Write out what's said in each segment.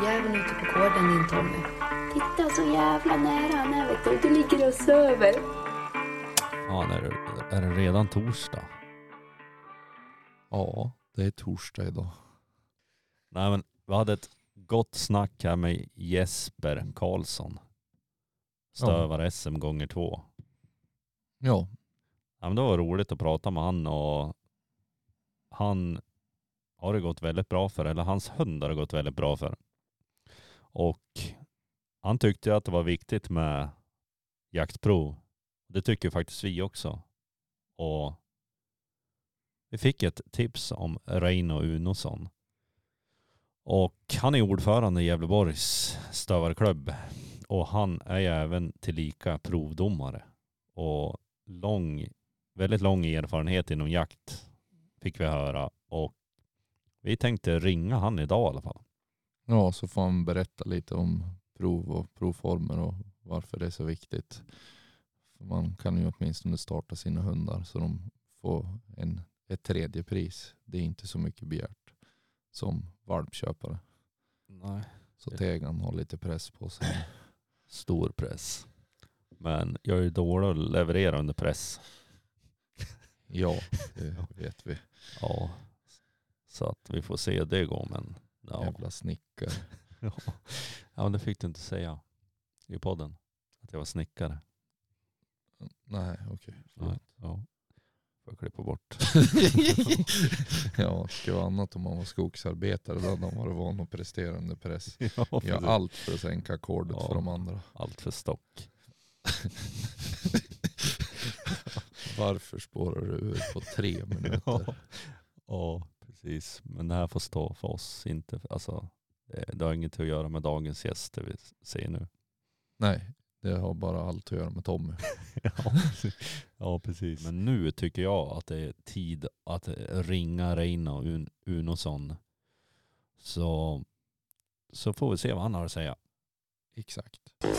provjäveln ute på gården din Tommy. Titta så jävla nära han är, vet du. Du ligger och söver. Ja, är det redan torsdag? Ja, det är torsdag idag. Nej, men vi hade ett gott snack här med Jesper Karlsson. Stövare SM gånger 2. Ja. Ja, men det var roligt att prata med han, och han har det gått väldigt bra för, eller hans hund har det gått väldigt bra för. Och han tyckte att det var viktigt med jaktprov. Det tycker faktiskt vi också. Och vi fick ett tips om Reino Unosson. Och han är ordförande i Gävleborgs stövarklubb. Och han är ju även tillika provdomare. Och väldigt lång erfarenhet inom jakt fick vi höra. Och vi tänkte ringa han idag i alla fall. Ja, så får han berätta lite om prov och provformer och varför det är så viktigt. För man kan ju åtminstone starta sina hundar så de får ett tredje pris. Det är inte så mycket begärt som valpköpare. Nej. Så Tegan har lite press på sig. Stor press. Men jag är ju dålig att leverera under press. Ja, det vet vi. Ja. Så att vi får se det går, men ja. Jävla snickare. Ja, men det fick du inte säga i podden. Att jag var snickare. Nej, okej. Nej, ja. Får jag klippa bort. Ja, det skulle vara annat om man var skogsarbetare. Då hade man varit van att prestera under press. Ja, Gör allt för att sänka ackordet för de andra. Allt för stock. Varför spårar du ur på 3 minuter? Ja, precis. Men det här får stå för oss. Inte, alltså, det har inget att göra med dagens gäster vi ser nu. Nej, det har bara allt att göra med Tommy. Ja, precis. Men nu tycker jag att det är tid att ringa Reino Unosson. Så får vi se vad han har att säga. Exakt.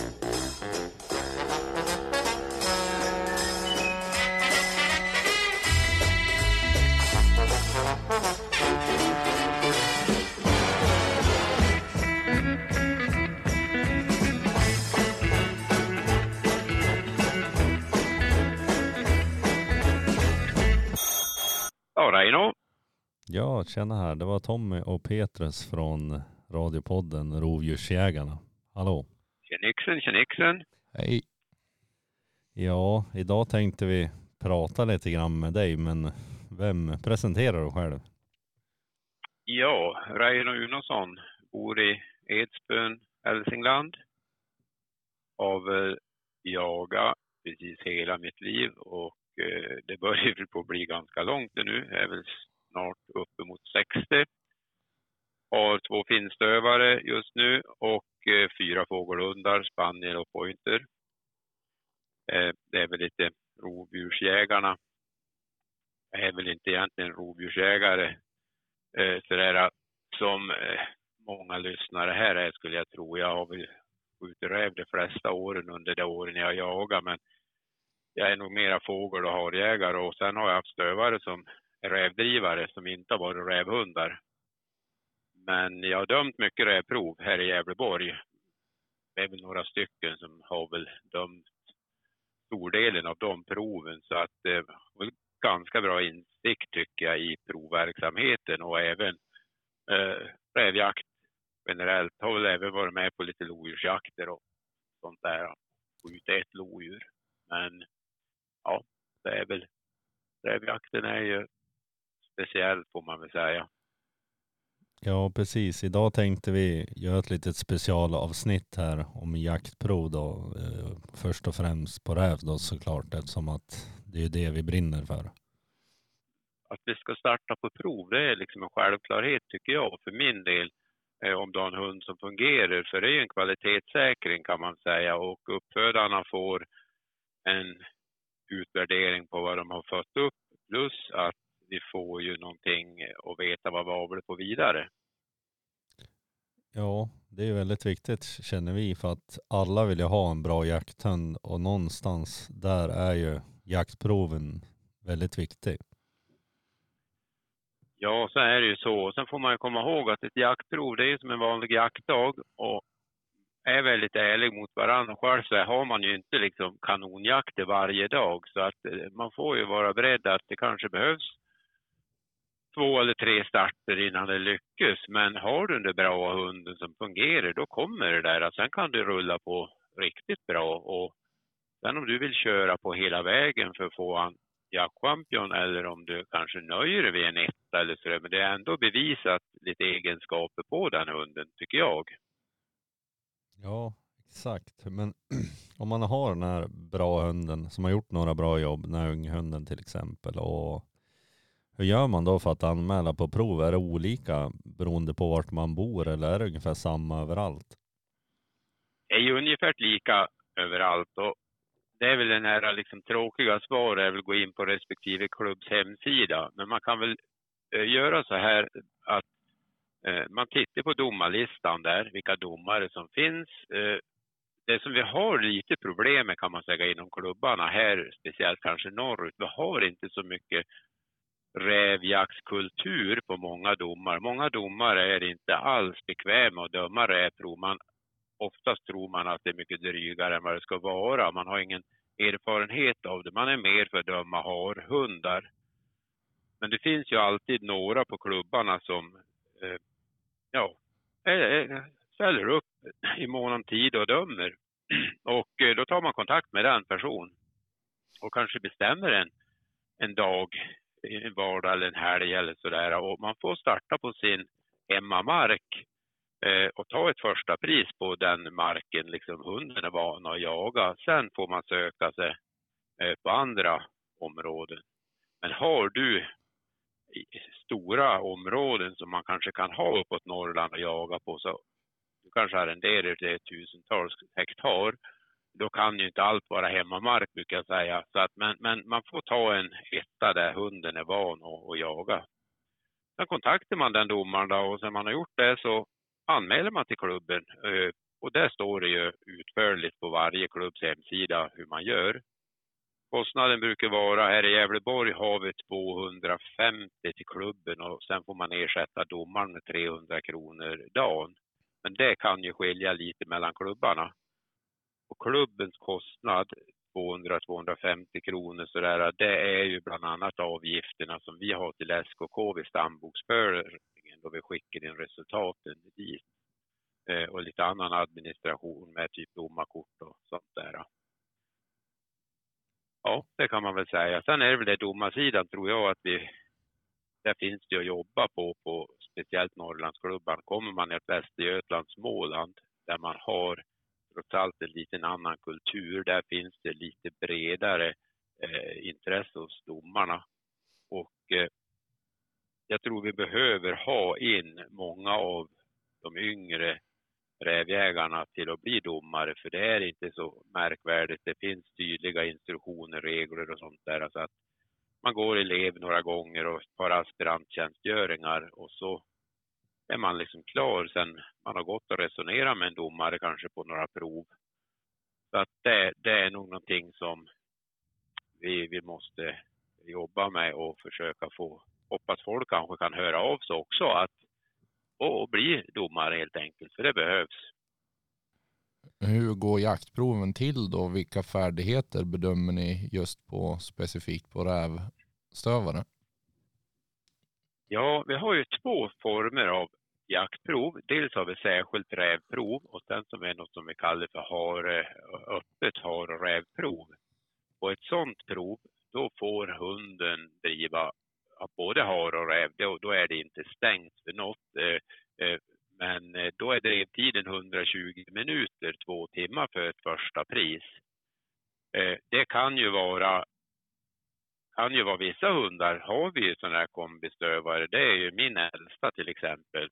Ja, Reino. Ja, tjena här. Det var Tommy och Petrus från radiopodden Rovdjursjägarna. Hallå. Tjenixen. Hej. Ja, idag tänkte vi prata lite grann med dig, men vem presenterar du själv? Ja, Reino Unosson bor i Edsbyn, Hälsingland. Har jagat precis hela mitt liv och det börjar väl på att bli ganska långt nu. Jag är väl snart uppemot 60. Har 2 finstövare just nu och 4 fågelhundar, spaniel och pointer. Det är väl lite rovdjursjägarna. Jag är väl inte egentligen rovdjursjägare sådär som många lyssnare här är, skulle jag tro. Jag har väl skjutit räv de flesta åren under de åren jag jagar, men jag är nog mera fågel- och harjägare, och sen har jag haft stövare som rävdrivare som inte har varit rävhundar. Men jag har dömt mycket rävprov här i Gävleborg. Det är väl några stycken som har väl dömt stordelen av de proven, så att det är väl ganska bra insikt tycker jag i provverksamheten, och även rävjakt generellt. Har väl även varit med på lite lodjursjakter och sånt där. Skjuta ett lodjur. Men ja, det är väl, rävjakten är ju speciell får man väl säga. Ja, precis. Idag tänkte vi göra ett litet specialavsnitt här om jaktprov då. Först och främst på räv då såklart, eftersom att det är det vi brinner för. Att vi ska starta på prov, det är liksom en självklarhet tycker jag. För min del, om du har en hund som fungerar, för det är ju en kvalitetssäkring kan man säga. Och uppfödarna får en utvärdering på vad de har fått upp. Plus att vi får ju någonting att veta vad vi avlar på vidare. Ja, det är väldigt viktigt känner vi, för att alla vill ju ha en bra jakthund, och någonstans där är ju jaktproven väldigt viktig. Ja, så är det ju så. Sen får man ju komma ihåg att ett jaktprov, det är ju som en vanlig jaktdag och är väldigt ärlig mot varandra. Själv så har man ju inte liksom kanonjakter varje dag, så att man får ju vara beredd att det kanske behövs 2 eller 3 starter innan det lyckas. Men har du den bra hunden som fungerar, då kommer det där. Sen kan du rulla på riktigt bra. Och sen om du vill köra på hela vägen för att få en jaktchampion, eller om du kanske nöjer dig vid en 1 eller så, men det är ändå bevisat lite egenskaper på den hunden, tycker jag. Ja, exakt. Men om man har den här bra hunden som har gjort några bra jobb, den här unghunden till exempel, och hur gör man då för att anmäla på prov? Är det olika beroende på vart man bor eller är det ungefär samma överallt? Det är ju ungefär lika överallt, och det är väl den här liksom tråkiga svaret, är väl gå in på respektive klubbs hemsida. Men man kan väl göra så här att man tittar på domarlistan där, vilka domare som finns. Det som vi har lite problem med, kan man säga, inom klubbarna här, speciellt kanske norrut, vi har inte så mycket rävjaktskultur på många domar. Många domare är inte alls bekväma att döma rävprov. Oftast tror man att det är mycket drygare än vad det ska vara. Man har ingen erfarenhet av det. Man är mer för att döma harhundar. Men det finns ju alltid några på klubbarna som ställer upp i mån om tid och dömer. Och då tar man kontakt med den person och kanske bestämmer en dag, en vardag eller en helg eller sådär. Och man får starta på sin hemmamark och ta ett första pris på den marken. Liksom hunden är van att jaga. Sen får man söka sig på andra områden. Men har du stora områden som man kanske kan ha uppåt Norrland och jaga på, så du kanske arrenderar till tusentals hektar, då kan ju inte allt vara hemmamark, brukar jag säga. Så att, men man får ta en etta där hunden är van att jaga. Sen kontaktar man den domaren då, och sen man har gjort det så anmäler man till klubben. Och där står det ju utförligt på varje klubbs hemsida hur man gör. Kostnaden brukar vara, här i Gävleborg har vi 250 till klubben och sen får man ersätta domaren med 300 kronor dagen. Men det kan ju skilja lite mellan klubbarna. Och klubbens kostnad, 200-250 kronor sådär, det är ju bland annat avgifterna som vi har till SKK vid stamboksföringen då vi skickar in resultaten dit. Och lite annan administration med typ domarkort och sånt där. Ja, det kan man väl säga. Sen är det väl det domarsidan, tror jag, att där finns det att jobba på speciellt Norrlandsklubban. Kommer man i ett Västergötland, Småland, där man har trots allt en liten annan kultur, där finns det lite bredare intresse hos domarna. Och jag tror vi behöver ha in många av de yngre rävjägarna till att bli domare, för det är inte så märkvärdigt. Det finns tydliga instruktioner, regler och sånt där. Så att man går elev några gånger och ett par aspiranttjänstgöringar och så är man liksom klar sen man har gått och resonerat med en domare kanske på några prov. Så att det är nog någonting som vi måste jobba med och försöka få. Hoppas folk kanske kan höra av sig också och bli domare helt enkelt, för det behövs. Hur går jaktproven till då? Vilka färdigheter bedömer ni just specifikt på rävstövare? Ja, vi har ju 2 former av jaktprov. Dels har vi särskilt rävprov och sen som är något som vi kallar för öppet har- och rävprov. Och ett sådant prov, då får hunden driva både har och räv. Då är det inte stängt för något. Men då är drevtiden 120 minuter, 2 timmar för ett första pris. Det kan ju vara vissa hundar har vi ju sådana här kombistövare. Det är ju min äldsta till exempel.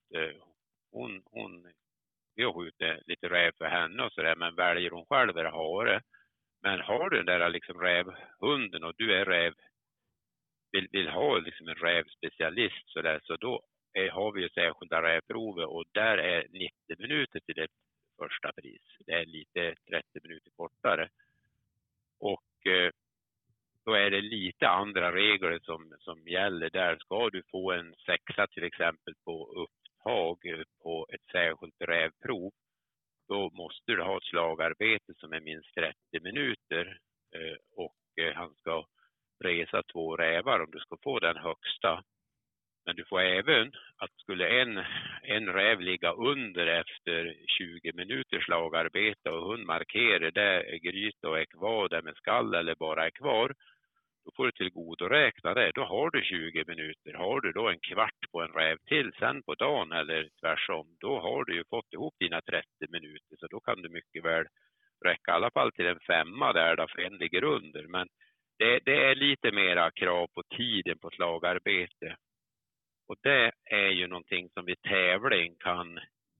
Vi har skjutit lite räv för henne och sådär, men väljer hon själv är det hare. Men har du den där liksom rävhunden och du är vill ha liksom en rävspecialist så då har vi ju särskilda rävprover och där är 90 minuter till det första pris. Det är lite 30 minuter kortare. Och då är är det lite andra regler som gäller där. Ska du få en 6 till exempel på upptag på ett särskilt rävprov, då måste du ha ett slagarbete som är minst 30 minuter och han ska resa 2 rävar om du ska få den högsta. Men du får även att skulle en räv ligga under efter 20 minuters slagarbete och hund markerar det gryta och är kvar där med skall eller bara är kvar, då får du tillgodoräkna det. Då har du 20 minuter. Har du då en kvart på en räv till sen på dagen eller tvärsom, då har du ju fått ihop dina 30 minuter. Så då kan du mycket väl räcka i alla fall till en 5 där då, för en ligger under. Men det är lite mera krav på tiden på slagarbete. Och det är ju någonting som vid tävling kan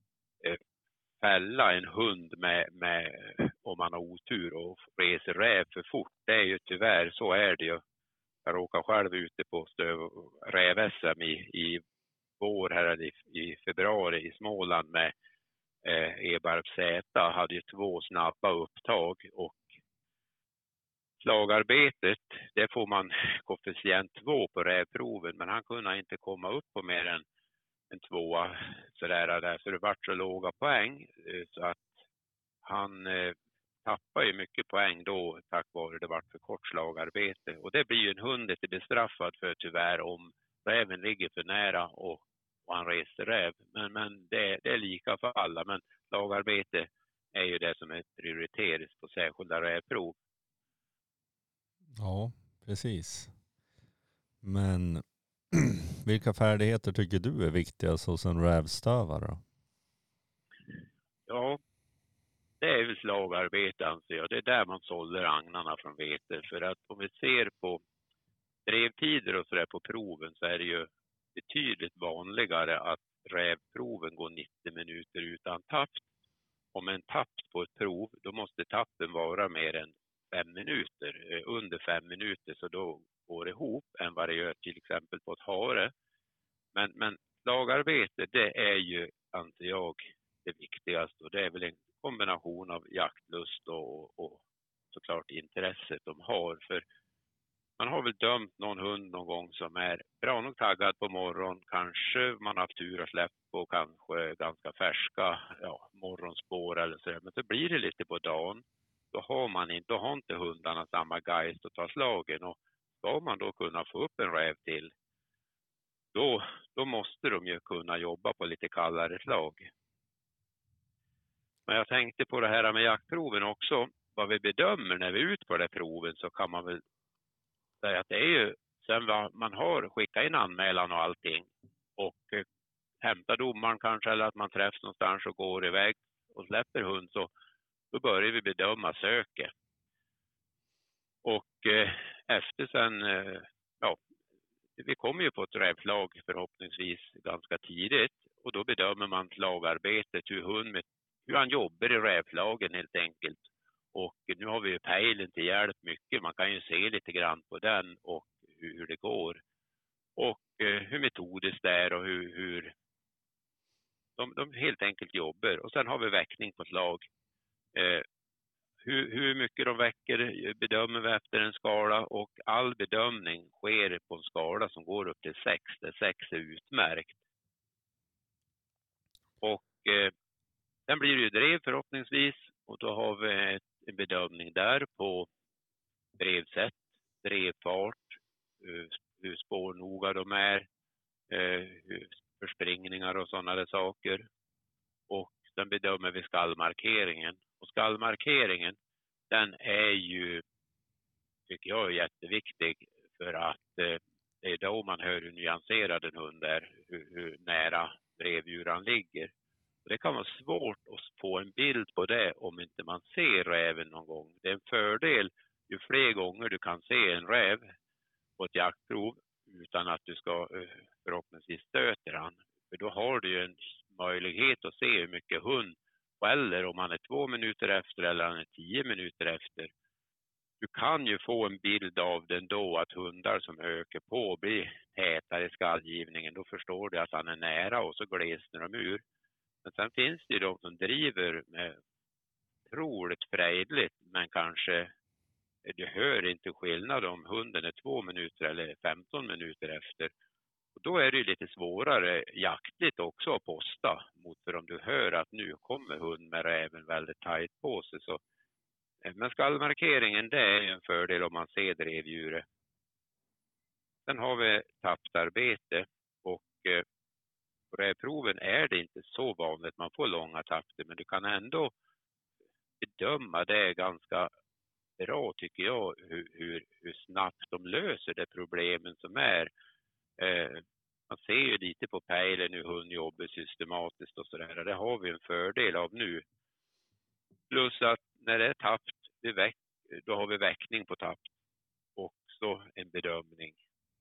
fälla en hund med om man har otur och reser räv för fort. Det är ju tyvärr, så är det ju. Jag råkar själv ute på räv-SM i vår här eller i februari i Småland med Ebarp Z. Hade ju 2 snabba upptag och slagarbetet, det får man koefficient 2 på rävproven, men han kunde inte komma upp på mer än en 2 sådär där, så det vart så låga poäng så att han tappar ju mycket poäng då tack vare det vart för kort slagarbete. Och det blir ju en hund lite bestraffad för tyvärr om räven ligger för nära och han reser räv. Men det är lika för alla, men slagarbete är ju det som är prioriterat på särskilda rävprov. Ja, precis. Men vilka färdigheter tycker du är viktigast hos en rävstövare? Ja, det är väl slagarbete anser jag. Det är där man sållar agnarna från vete. För att om vi ser på drevtider och sådär på proven så är det ju betydligt vanligare att rävproven går 90 minuter utan tapp. Om en tapp på ett prov, då måste tappen vara mer än 5 minuter, under 5 minuter, så då går det ihop än vad det gör till exempel på ett hare. Men slagarbete, det är ju, anser jag, det viktigaste, och det är väl en kombination av jaktlust och såklart intresset de har. För man har väl dömt någon hund någon gång som är bra nog taggad på morgon, kanske man har haft tur och släppt på kanske ganska färska morgonspår eller så, men så blir det lite på dagen. Då har inte hundarna samma geist att ta slagen, och ska man då kunna få upp en räv till, då måste de ju kunna jobba på lite kallare slag. Men jag tänkte på det här med jaktproven också. Vad vi bedömer när vi är ute på det proven, så kan man väl säga att det är ju sen man har skickat in anmälan och allting och hämtar domaren kanske, eller att man träffas någonstans och går iväg och släpper hund, så då börjar vi bedöma söket. Och efter sen, vi kommer ju på ett rävslag förhoppningsvis ganska tidigt, och då bedömer man slagarbetet, hur han jobbar i rävslagen helt enkelt. Och nu har vi ju pejlen till hjälp mycket, man kan ju se lite grann på den och hur det går. Och hur metodiskt det är och hur de helt enkelt jobbar. Och sen har vi väckning på slag. Hur mycket de väcker bedömer vi efter en skala, och all bedömning sker på en skala som går upp till 6, där 6 är utmärkt. Och sen blir det ju drev förhoppningsvis, och då har vi en bedömning där på drevsätt, drevfart, hur spårnoga de är, förspringningar och sådana där saker. Och sen bedömer vi skallmarkeringen. Och skallmarkeringen, den är ju, tycker jag, är jätteviktig, för att det är då man hör hur nyanserad en hund är, hur nära drevdjuren ligger. Och det kan vara svårt att få en bild på det om inte man ser räven någon gång. Det är en fördel ju fler gånger du kan se en räv på ett jaktprov utan att du ska förhoppningsvis stöter han. För då har du ju en möjlighet att se hur mycket hund, eller om han är 2 minuter efter eller han är 10 minuter efter. Du kan ju få en bild av den då, att hundar som ökar på blir tätare i skallgivningen. Då förstår du att han är nära, och så glesnar de ur. Men sen finns det ju de som driver med otroligt frejdigt, men kanske du hör inte skillnad om hunden är 2 minuter eller 15 minuter efter. Och då är det lite svårare jaktligt också att posta mot, för om du hör att nu kommer hund med räven väldigt tajt på sig. Så, men skallmarkeringen, det är en fördel om man ser drevdjuret. Sen har vi tapptarbete, och på rävproven är det inte så vanligt man får långa tapter, men du kan ändå bedöma det ganska bra, tycker jag, hur snabbt de löser det problemen som är. Man ser ju lite på pejlen hur hund jobbar systematiskt och sådär. Det har vi en fördel av nu. Plus att när det är tapt, då har vi väckning på tapt. Också en bedömning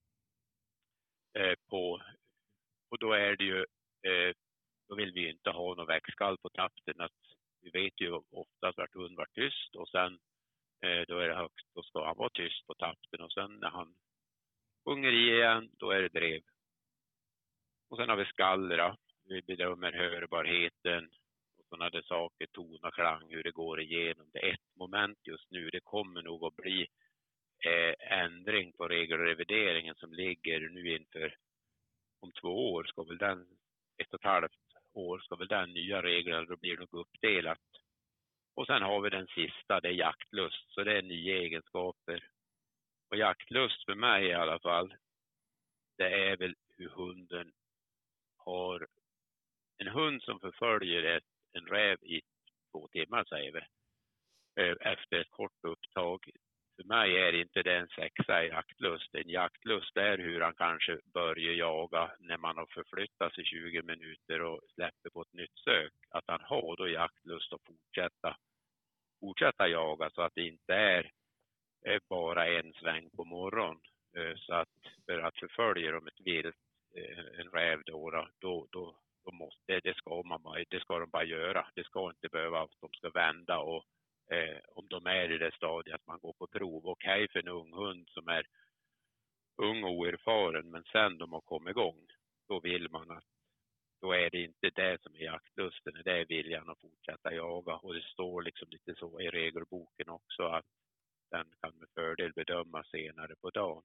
på. Och då är det ju, då vill vi inte ha någon väckskall på tapten. Att vi vet ju oftast att hund var tyst, och sen då är det högt, då ska han vara tyst på tapten, och sen när han sjunger i igen, då är det drev. Och sen har vi skallra, vi bedömer hörbarheten och sådana där saker, ton och klang, hur det går igenom. Det är ett moment just nu, det kommer nog att bli ändring på regelrevideringen som ligger nu inför om 2 år, ska väl den, 1,5 år ska väl den nya regeln, då blir det nog uppdelat. Och sen har vi den sista, det är jaktlust, så det är nya egenskaper. Och jaktlust för mig i alla fall, det är väl hur hunden har, en hund som förföljer en räv i 2 timmar, säger vi, efter ett kort upptag. För mig är inte det en sexa i jaktlust. En jaktlust är hur han kanske börjar jaga när man har förflyttat sig 20 minuter och släpper på ett nytt sök. Att han har då jaktlust att fortsätta jaga, så att det inte är bara en sväng på morgon. Så att för att förfölja dem ett vilt, en räv då måste, det ska de bara göra. Det ska inte behöva att de ska vända, och om de är i det stadiet att man går på prov. Okej, för en ung hund som är ung och oerfaren, men sen de har kommit igång, då vill man att, då är det inte det som är jaktlusten, det är viljan att fortsätta jaga. Och det står liksom lite så i regelboken också, att den kan med fördel bedömas senare på dagen.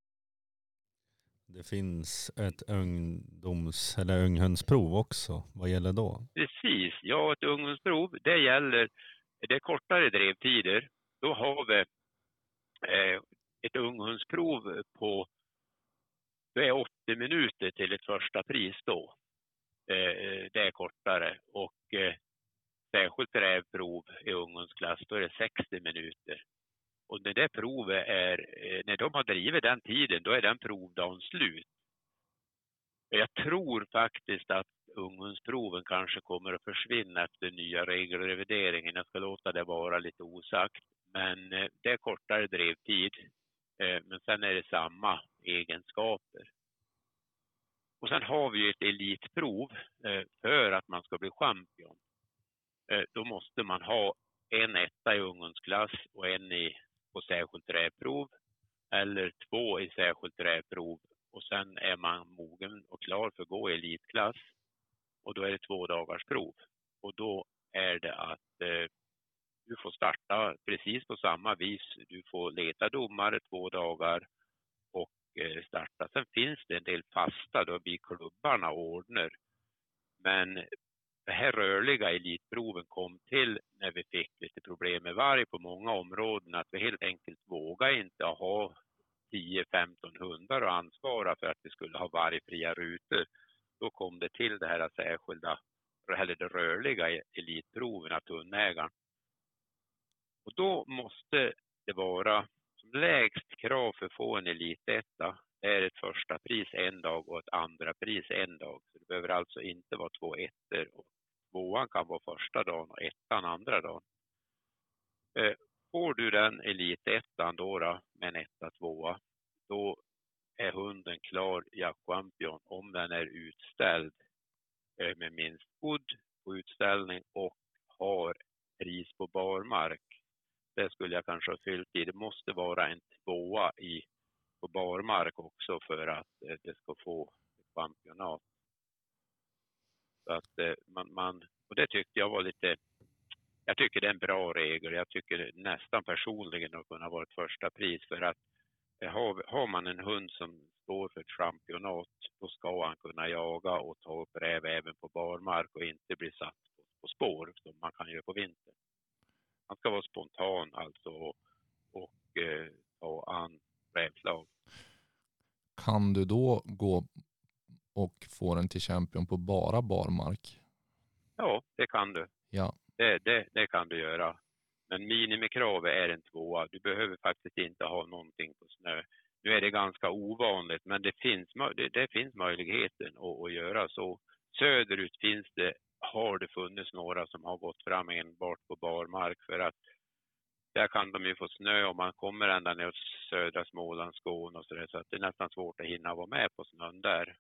Det finns ett eller unghundsprov också. Vad gäller då? Precis, ja, ett unghundsprov, det gäller, det är kortare drevtider. Då har vi ett unghundsprov på, det är 80 minuter till ett första pris då. Det är kortare, och särskilt rävprov i unghundsklass, då är det 60 minuter. Och när det provet när de har drivit den tiden, då är den provdagen slut. Jag tror faktiskt att unghundsproven kanske kommer att försvinna efter nya regelrevideringen. Jag ska låta det vara lite osagt. Men det är kortare drevtid. Men sen är det samma egenskaper. Och sen har vi ett elitprov för att man ska bli champion. Då måste man ha en etta i unghundsklass och en på särskilt rävprov. Eller 2 i särskilt rävprov. Och sen är man mogen och klar för att gå i elitklass. Och då är det 2 dagars prov. Och då är det att du får starta precis på samma vis. Du får leta domare 2 dagar och starta. Sen finns det en del fasta då blir klubbarna ordnar. Men det här rörliga elitproven kom till när vi fick lite problem med varg på många områden. Att vi helt enkelt vågar inte ha 10-15 hundar och ansvara för att vi skulle ha vargfria rutor. Då kom det till det här särskilda, eller det rörliga elitproven att hundägaren. Och då måste det vara som lägst krav för att få en elitetta. Det är ett första pris en dag och ett andra pris en dag. Så det behöver alltså inte vara 2 ettor. Och 2:an kan vara första dagen och 1:an andra dagen. Får du den elitettan då med en 1-2, då är hunden klar jaktchampion om den är utställd med minst god på utställning och har pris på barmark. Det skulle jag kanske ha fyllt i. Det måste vara en 2 på barmark också för att det ska få ett championat. Så att och det tyckte jag var lite jag tycker det är en bra regel. Jag tycker nästan personligen att kunna vara ett första pris, för att har man en hund som står för ett championat, då ska han kunna jaga och ta upp räv även på barmark och inte bli satt på spår som man kan göra på vintern. Han ska vara spontan alltså och ta an rävslag. Kan du då gå och få den till champion på bara barmark? Ja, det kan du. Ja. Det kan du göra. Men minimikravet är en 2. Du behöver faktiskt inte ha någonting på snö. Nu är det ganska ovanligt, men det finns möjligheten att göra så. Söderut har det funnits några som har gått fram enbart på barmark, för att där kan de ju få snö om man kommer ända ner åt södra Småland, Skåne och sådär, så att det är nästan svårt att hinna vara med på snön där.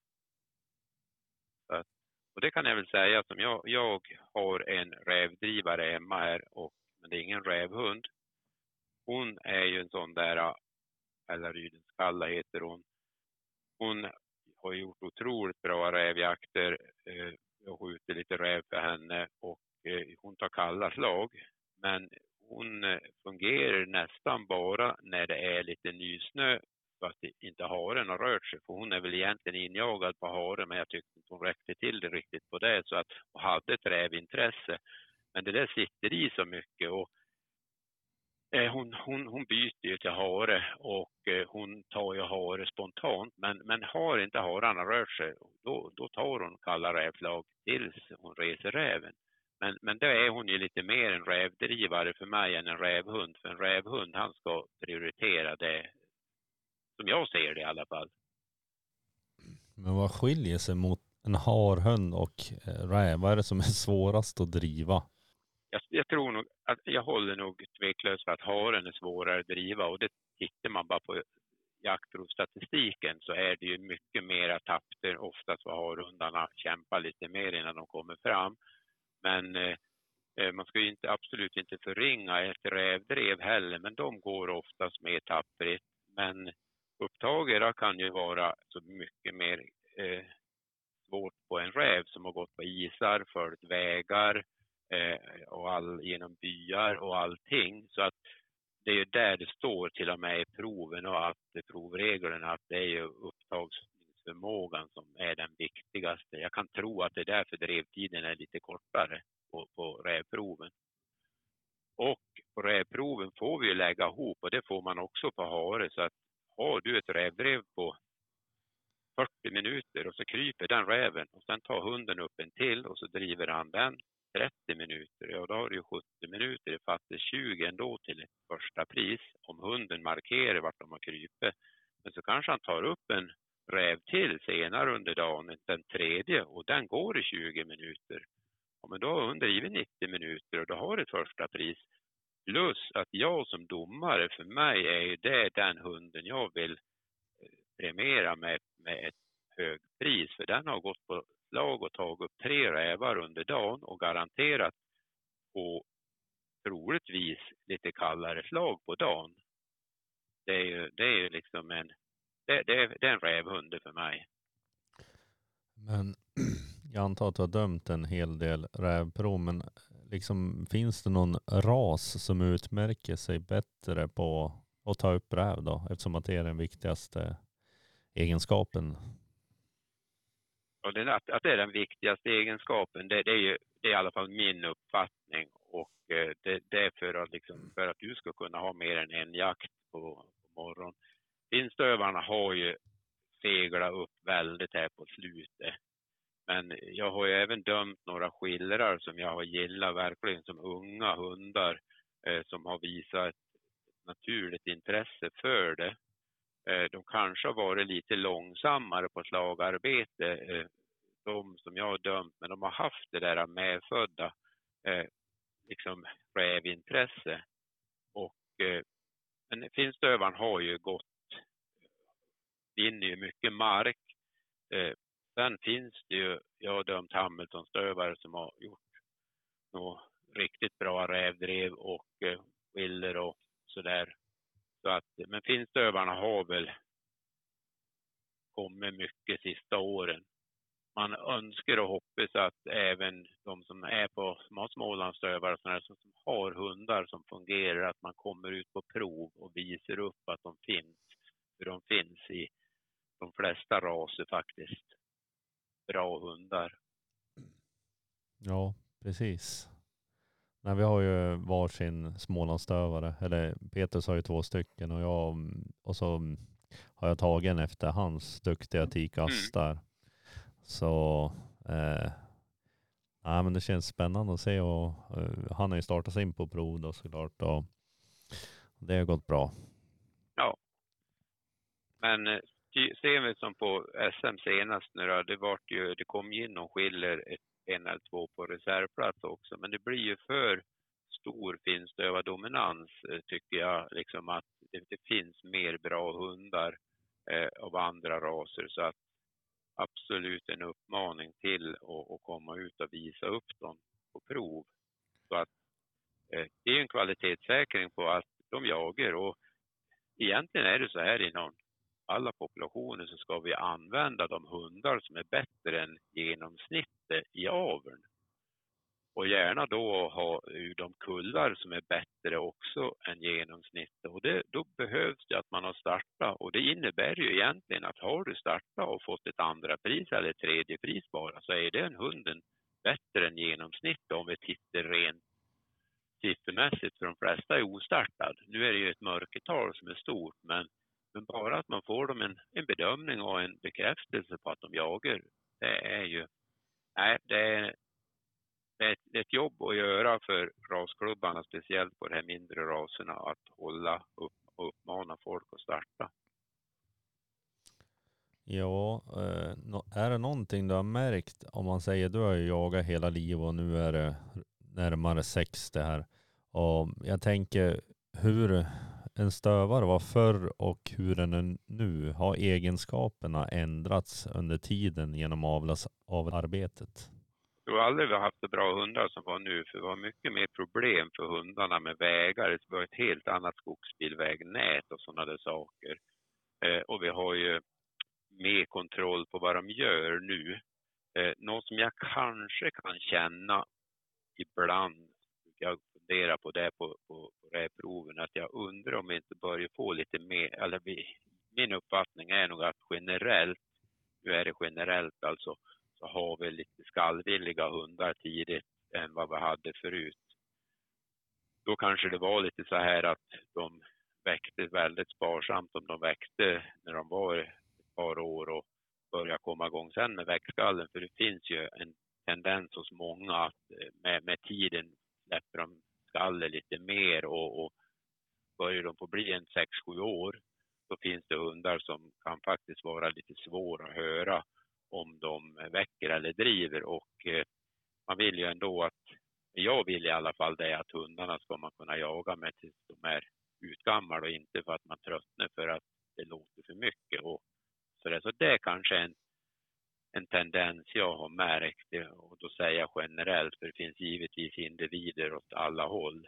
Och det kan jag väl säga som jag har en rävdrivare hemma här, men det är ingen rävhund. Hon är ju en sån där, eller Rydens Kalla heter hon. Hon har gjort otroligt bra rävjakter. Jag skjuter lite räv för henne och hon tar kalla slag. Men hon fungerar nästan bara när det är lite nysnö, så att inte haren har rört sig. För hon är väl egentligen injagad på haren, men jag tyckte inte hon räckte till det riktigt på det. Så att hon hade ett rävintresse. Men det där sitter i så mycket, och hon byter ju till hare och hon tar ju hare spontant. Men har inte hararna rört sig, då tar hon kalla rävslag tills hon reser räven. Men då är hon ju lite mer en rävdrivare för mig än en rävhund. För en rävhund, han ska prioritera det, som jag ser det i alla fall. Men vad skiljer sig mot en harhund och räv? Vad är det som är svårast att driva? Jag tror nog att jag håller nog tveklöst för att haren är svårare att driva, och det tittar man bara på jaktprovstatistiken så är det ju mycket mera tapper oftast för harhundarna kämpar lite mer innan de kommer fram. Men man ska ju absolut inte förringa ett rävdrev heller, men de går oftast mer tapprigt. Men upptagare kan ju vara så mycket mer svårt på en räv som har gått på isar, följt vägar och genom byar och allting. Så att det är ju där det står till och med i proven och att provreglerna, att det är ju upptagsförmågan som är den viktigaste. Jag kan tro att det är därför drevtiden är lite kortare på rävproven. Och på rävproven får vi ju lägga ihop, och det får man också på hare. Så att har du ett rävdrev på 40 minuter och så kryper den räven och sen tar hunden upp en till och så driver han den 30 minuter. Ja, då har du ju 70 minuter. Det fattas 20 ändå till ett första pris om hunden markerar vart de har krypit. Men så kanske han tar upp en räv till senare under dagen, den tredje, och den går i 20 minuter. Ja, men då har hunden drivit 90 minuter och då har ett första pris. Plus att jag som domare, för mig är det den hunden jag vill premiera med ett högt pris. För den har gått på slag och tagit upp 3 rävar under dagen och garanterat på troligtvis lite kallare slag på dagen. Det är ju liksom det är en rävhund för mig. Men jag antar att du har dömt en hel del rävprov, men liksom, finns det någon ras som utmärker sig bättre på att ta upp räv då? Eftersom att det är den viktigaste egenskapen. Och att det är den viktigaste egenskapen, det är i alla fall min uppfattning. Och det är för att du ska kunna ha mer än en jakt på morgon. Finstövarna har ju seglat upp väldigt här på slutet. Men jag har ju även dömt några skillrar som jag har gillat verkligen som unga hundar som har visat ett naturligt intresse för det. De kanske har varit lite långsammare på slagarbete, de som jag har dömt, men de har haft det där medfödda liksom rävintresse. Och men finstövaren har ju vinner ju mycket mark. Sen finns det ju, jag har dömt Hamiltonstövare som har gjort något riktigt bra rävdrev och willer och sådär. Så att, men finstövarna har väl kommit mycket sista åren. man önskar och hoppas att även de som är på små Smålandsstövare som har hundar som fungerar, att man kommer ut på prov och visar upp att de finns. För de finns i de flesta raser faktiskt. Bra hundar. Ja, precis. Nej, vi har ju varsin Smålandsstövare. Eller Petrus har ju 2 stycken och så har jag tagit en efter hans duktiga tikas där. Så men det känns spännande att se och han har ju startat sin på prov då såklart och det har gått bra. Ja. Men ser vi som på SM senast nu då, det kom in någon skiller en eller 2 på reservplats också, men det blir ju för stor finstövardominans tycker jag, liksom att det finns mer bra hundar av andra raser, så att absolut en uppmaning till att komma ut och visa upp dem på prov. Så att det är en kvalitetssäkring på att de jagar, och egentligen är det så här inom alla populationer så ska vi använda de hundar som är bättre än genomsnittet i aveln. Och gärna då ha de kullar som är bättre också än genomsnittet. Och då behövs det att man har startat. Och det innebär ju egentligen att har du startat och fått ett andra pris eller ett tredje pris bara, så är den hunden bättre än genomsnittet om vi tittar rent siffermässigt, för de flesta är ostartad. Nu är det ju ett mörkertal som är stort, men bara att man får dem en bedömning och en bekräftelse på att de jagar, det är ju det är ett jobb att göra för rasklubbarna, speciellt på de här mindre raserna, att hålla upp och uppmana folk att starta. Ja, är det någonting du har märkt, om man säger du har ju jagat hela livet och nu är det närmare 60 här, och jag tänker hur en stövare var förr och hur den nu har egenskaperna ändrats under tiden genom avelsarbetet? Jag tror aldrig vi har haft så bra hundar som var nu, för det var mycket mer problem för hundarna med vägar. Det var ett helt annat skogsbilvägnät och sådana där saker. Och vi har ju mer kontroll på vad de gör nu. Något som jag kanske kan känna ibland, jag funderar på det på det här proven, att jag undrar om vi inte börjar få lite mer, eller min uppfattning är nog att generellt, nu är det generellt alltså, så har vi lite skallvilliga hundar tidigt än vad vi hade förut. Då kanske det var lite så här att de växte väldigt sparsamt om de växte när de var ett par år och började komma igång sen med växtskallen. För det finns ju en tendens hos många att med tiden släpper de skallen lite mer och börjar de få bli en 6-7 år, så finns det hundar som kan faktiskt vara lite svåra att höra om de väcker eller driver, och man vill ju ändå att, jag vill i alla fall det, att hundarna ska man kunna jaga med tills de är utgammal och inte för att man tröttnar för att det låter för mycket. Och så det är kanske en tendens jag har märkt, och då säger jag generellt, för det finns givetvis individer åt alla håll.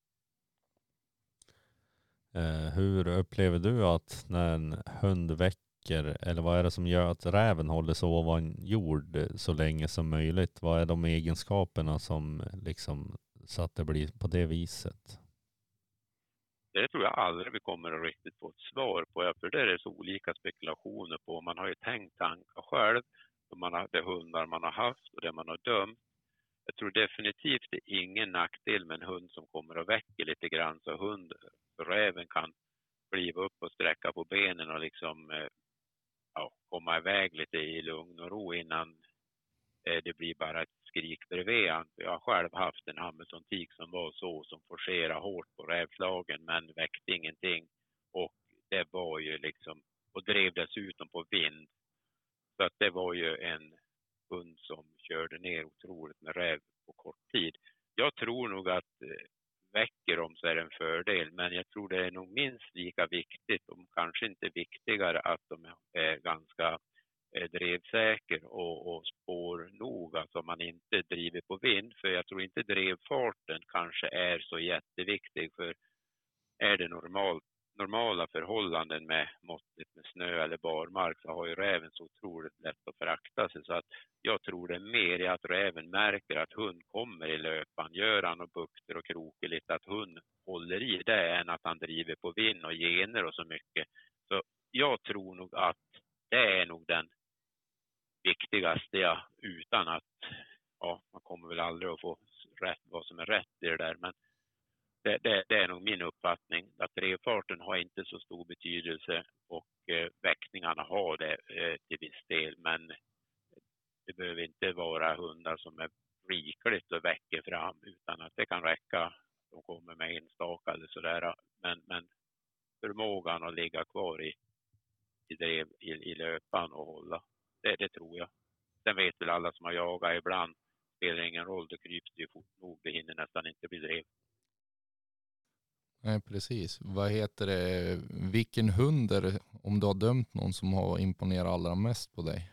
Hur upplever du att när en hund väcker, eller vad är det som gör att räven håller så ovan jord så länge som möjligt? Vad är de egenskaperna som liksom så att det blir på det viset? Det tror jag aldrig vi kommer att riktigt få ett svar på, för det är så olika spekulationer på. Man har ju tänkt tankar själv, det hundar man har haft och det man har dömt. Jag tror definitivt det är ingen nackdel med en hund som kommer att väcka lite grann, så räven kan kliva upp och sträcka på benen och liksom komma iväg lite i lugn och ro innan det blir bara ett skrik bredvid. Jag har själv haft en Hamilton-tik som var så, som forcerade hårt på rävslagen men väckte ingenting, och det var ju liksom, och drev dessutom på vind. Så att det var ju en hund som körde ner otroligt med räv på kort tid. Jag tror nog att väcker dem så är det en fördel, men jag tror det är nog minst lika viktigt, och kanske inte viktigare, att de är ganska drevsäker och spårnoga, alltså man inte driver på vind. För jag tror inte drevfarten kanske är så jätteviktig, för är det normalt normala förhållanden med måttet med snö eller barmark så har ju räven så otroligt lätt att förakta sig. Så att jag tror det är mer i att räven märker att hund kommer i löpan. Gör han och bukter och krokar lite att hund håller i det än att han driver på vind och gener och så mycket. Så jag tror nog att det är nog den viktigaste, ja, utan att man kommer väl aldrig att få rätt vad som är rätt i det där, men det är nog min uppfattning att revfarten har inte så stor betydelse och väckningarna har det till viss del, men det behöver inte vara hundar som är rikligt och väcker fram, utan att det kan räcka. De kommer med enstaka eller sådär, men förmågan att ligga kvar i löpan och hålla, det tror jag. Sen vet väl alla som har jagat ibland, spelar ingen roll, det kryps det ju fort nog, det hinner nästan inte bli drev. Nej, precis. Vad heter det? Vilken hund är det, om du har dömt någon, som har imponerat allra mest på dig?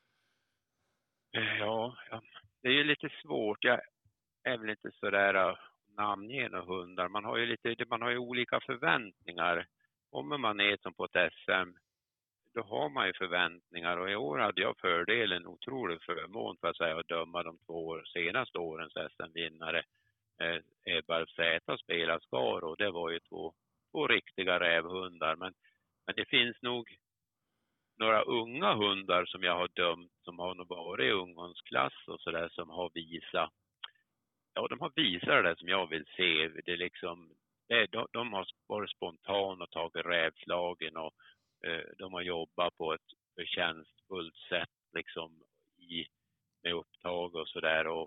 Ja, det är ju lite svårt. Jag är väl inte sådär namnge några hundar. Man har ju olika förväntningar. Kommer man ner som på ett SM, då har man ju förväntningar. Och i år hade jag fördelen, otrolig förmån för att säga, att döma de 2 senaste årens SM-vinnare. Ebba Zäta spelar skar, och det var ju två riktiga rävhundar. Men det finns nog några unga hundar som jag har dömt, som har nog varit i ungdomsklass och sådär, som har visat. Ja, de har visat det som jag vill se. Det är liksom, de har varit spontana och tagit rävslagen, och de har jobbat på ett förtjänstfullt sätt liksom med upptag och sådär. Och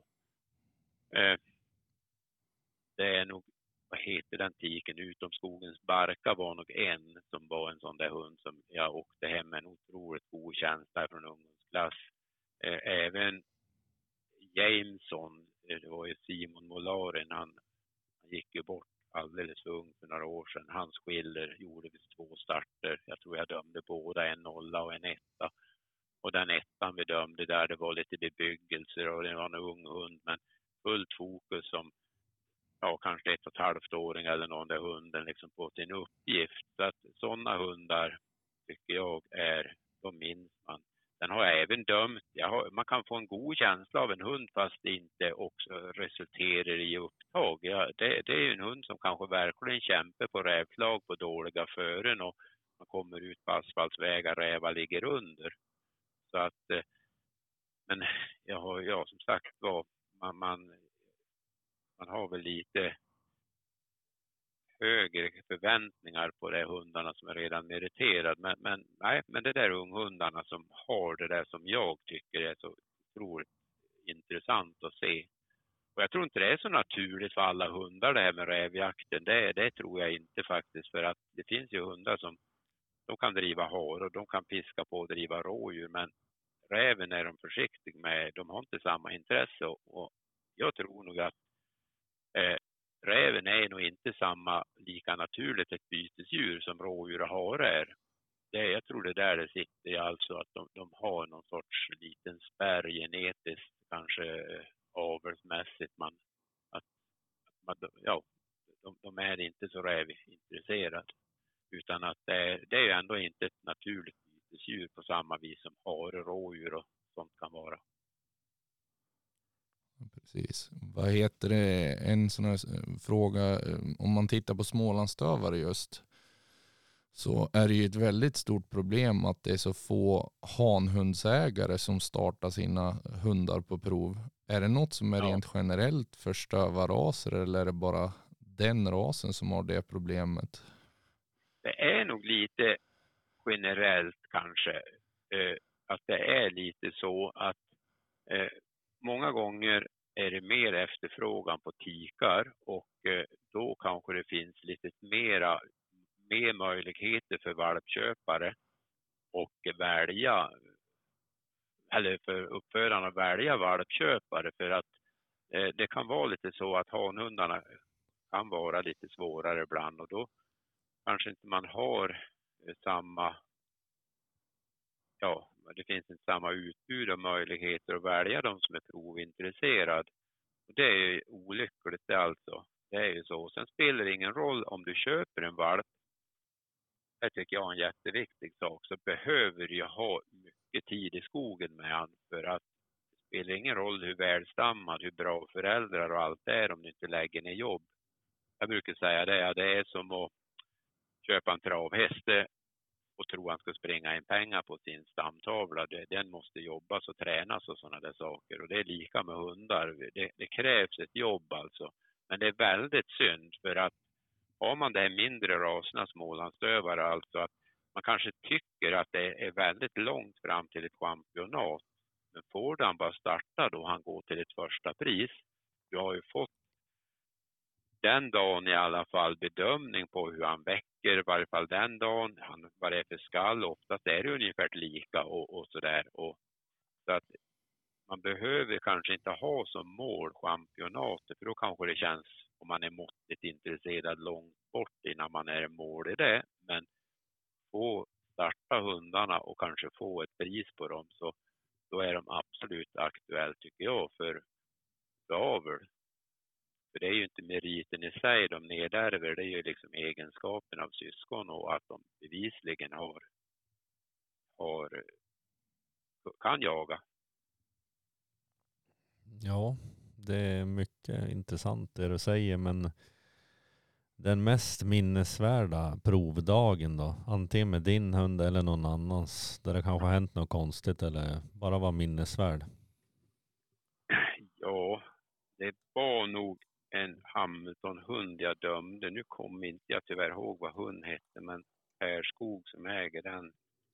det är nog, vad heter den tiken, utom skogens barka var nog en som var en sån där hund som jag åkte hem med en otroligt god känsla från ungdomsklass. Även Jameson, det var ju Simon Molarin, han gick ju bort alldeles för ung för några år sedan. Hans skiller gjorde vi 2 starter. Jag tror jag dömde båda, en 0 och en 1. Och den 1:an vi dömde där, det var lite bebyggelse och det var en ung hund, men fullt fokus som kanske 1,5-åring eller någon där hunden liksom på sin uppgift. Så att sådana hundar tycker jag de minns man. Den har jag även dömt. Man kan få en god känsla av en hund fast det inte också resulterar i upptag. Det är ju en hund som kanske verkligen kämpar på rävslag på dåliga fören, och man kommer ut på asfaltsvägar, rävar ligger under. Så att, men som sagt var, man har väl lite högre förväntningar på de hundarna som är redan meriterade. Men det där unghundarna som har det där som jag tycker är så otroligt intressant att se. Och jag tror inte det är så naturligt för alla hundar det här med rävjakten. Det tror jag inte faktiskt, för att det finns ju hundar som de kan driva har och de kan piska på och driva rådjur, men räven är de försiktiga med. De har inte samma intresse, och jag tror nog att räven är nog inte lika naturligt ett bytesdjur som rådjur och hare är. Jag tror det där det sitter i, alltså att de har någon sorts liten spärr genetiskt, kanske avelsmässigt. De är inte så rävintresserade, utan att det är ju ändå inte ett naturligt bytesdjur på samma vis som hare, rådjur och sånt kan vara. Precis. Vad heter det? En sån här fråga, om man tittar på smålandsstövare just, så är det ju ett väldigt stort problem att det är så få hanhundsägare som startar sina hundar på prov. Är det något som är rent generellt för stövarraser, eller är det bara den rasen som har det problemet? Det är nog lite generellt kanske, att det är lite så att många gånger är det mer efterfrågan på tikar, och då kanske det finns lite mer möjligheter för valpköpare och välja, eller för uppfödarna att välja valpköpare, för att det kan vara lite så att hanhundarna kan vara lite svårare ibland, och då kanske inte man har det finns inte samma utbud och möjligheter att välja de som är provintresserade. Och det är ju olyckligt det alltså. Det är ju så. Sen spelar det ingen roll om du köper en valp det tycker jag är en jätteviktig sak, så behöver jag ha mycket tid i skogen med han, för att det spelar ingen roll hur välstammad, hur bra föräldrar och allt det är om du inte lägger ner jobb. Jag brukar säga det, det är som att köpa en travhäst och tro att han ska springa in pengar på sin stamtavla. Den måste jobbas och tränas och sådana där saker. Och det är lika med hundar. Det krävs ett jobb alltså. Men det är väldigt synd, för att har man det här mindre raserna smålandsdövare, alltså att man kanske tycker att det är väldigt långt fram till ett championat. Men får han bara starta då han går till ett första pris. Du har ju fått den dagen i alla fall bedömning på hur han väcker, i varje fall den dagen, vad det är för skall. Oftast är det ungefär lika och sådär. Så att man behöver kanske inte ha som mål championatet, för då kanske det känns, om man är måttligt intresserad, långt bort innan man är mål i det. Men få starta hundarna och kanske få ett pris på dem, så då är de absolut aktuellt tycker jag för avel. För det är ju inte meriten i sig de nedärver, det är ju liksom egenskapen av syskon och att de bevisligen kan jaga. Ja, det är mycket intressant det du säger, men den mest minnesvärda provdagen då, antingen med din hund eller någon annans, där det kanske har hänt något konstigt eller bara var minnesvärd? Ja, det var nog en Hamilton-hund jag dömde. Nu kommer inte jag tyvärr ihåg vad hund hette, men Per Skog som äger den.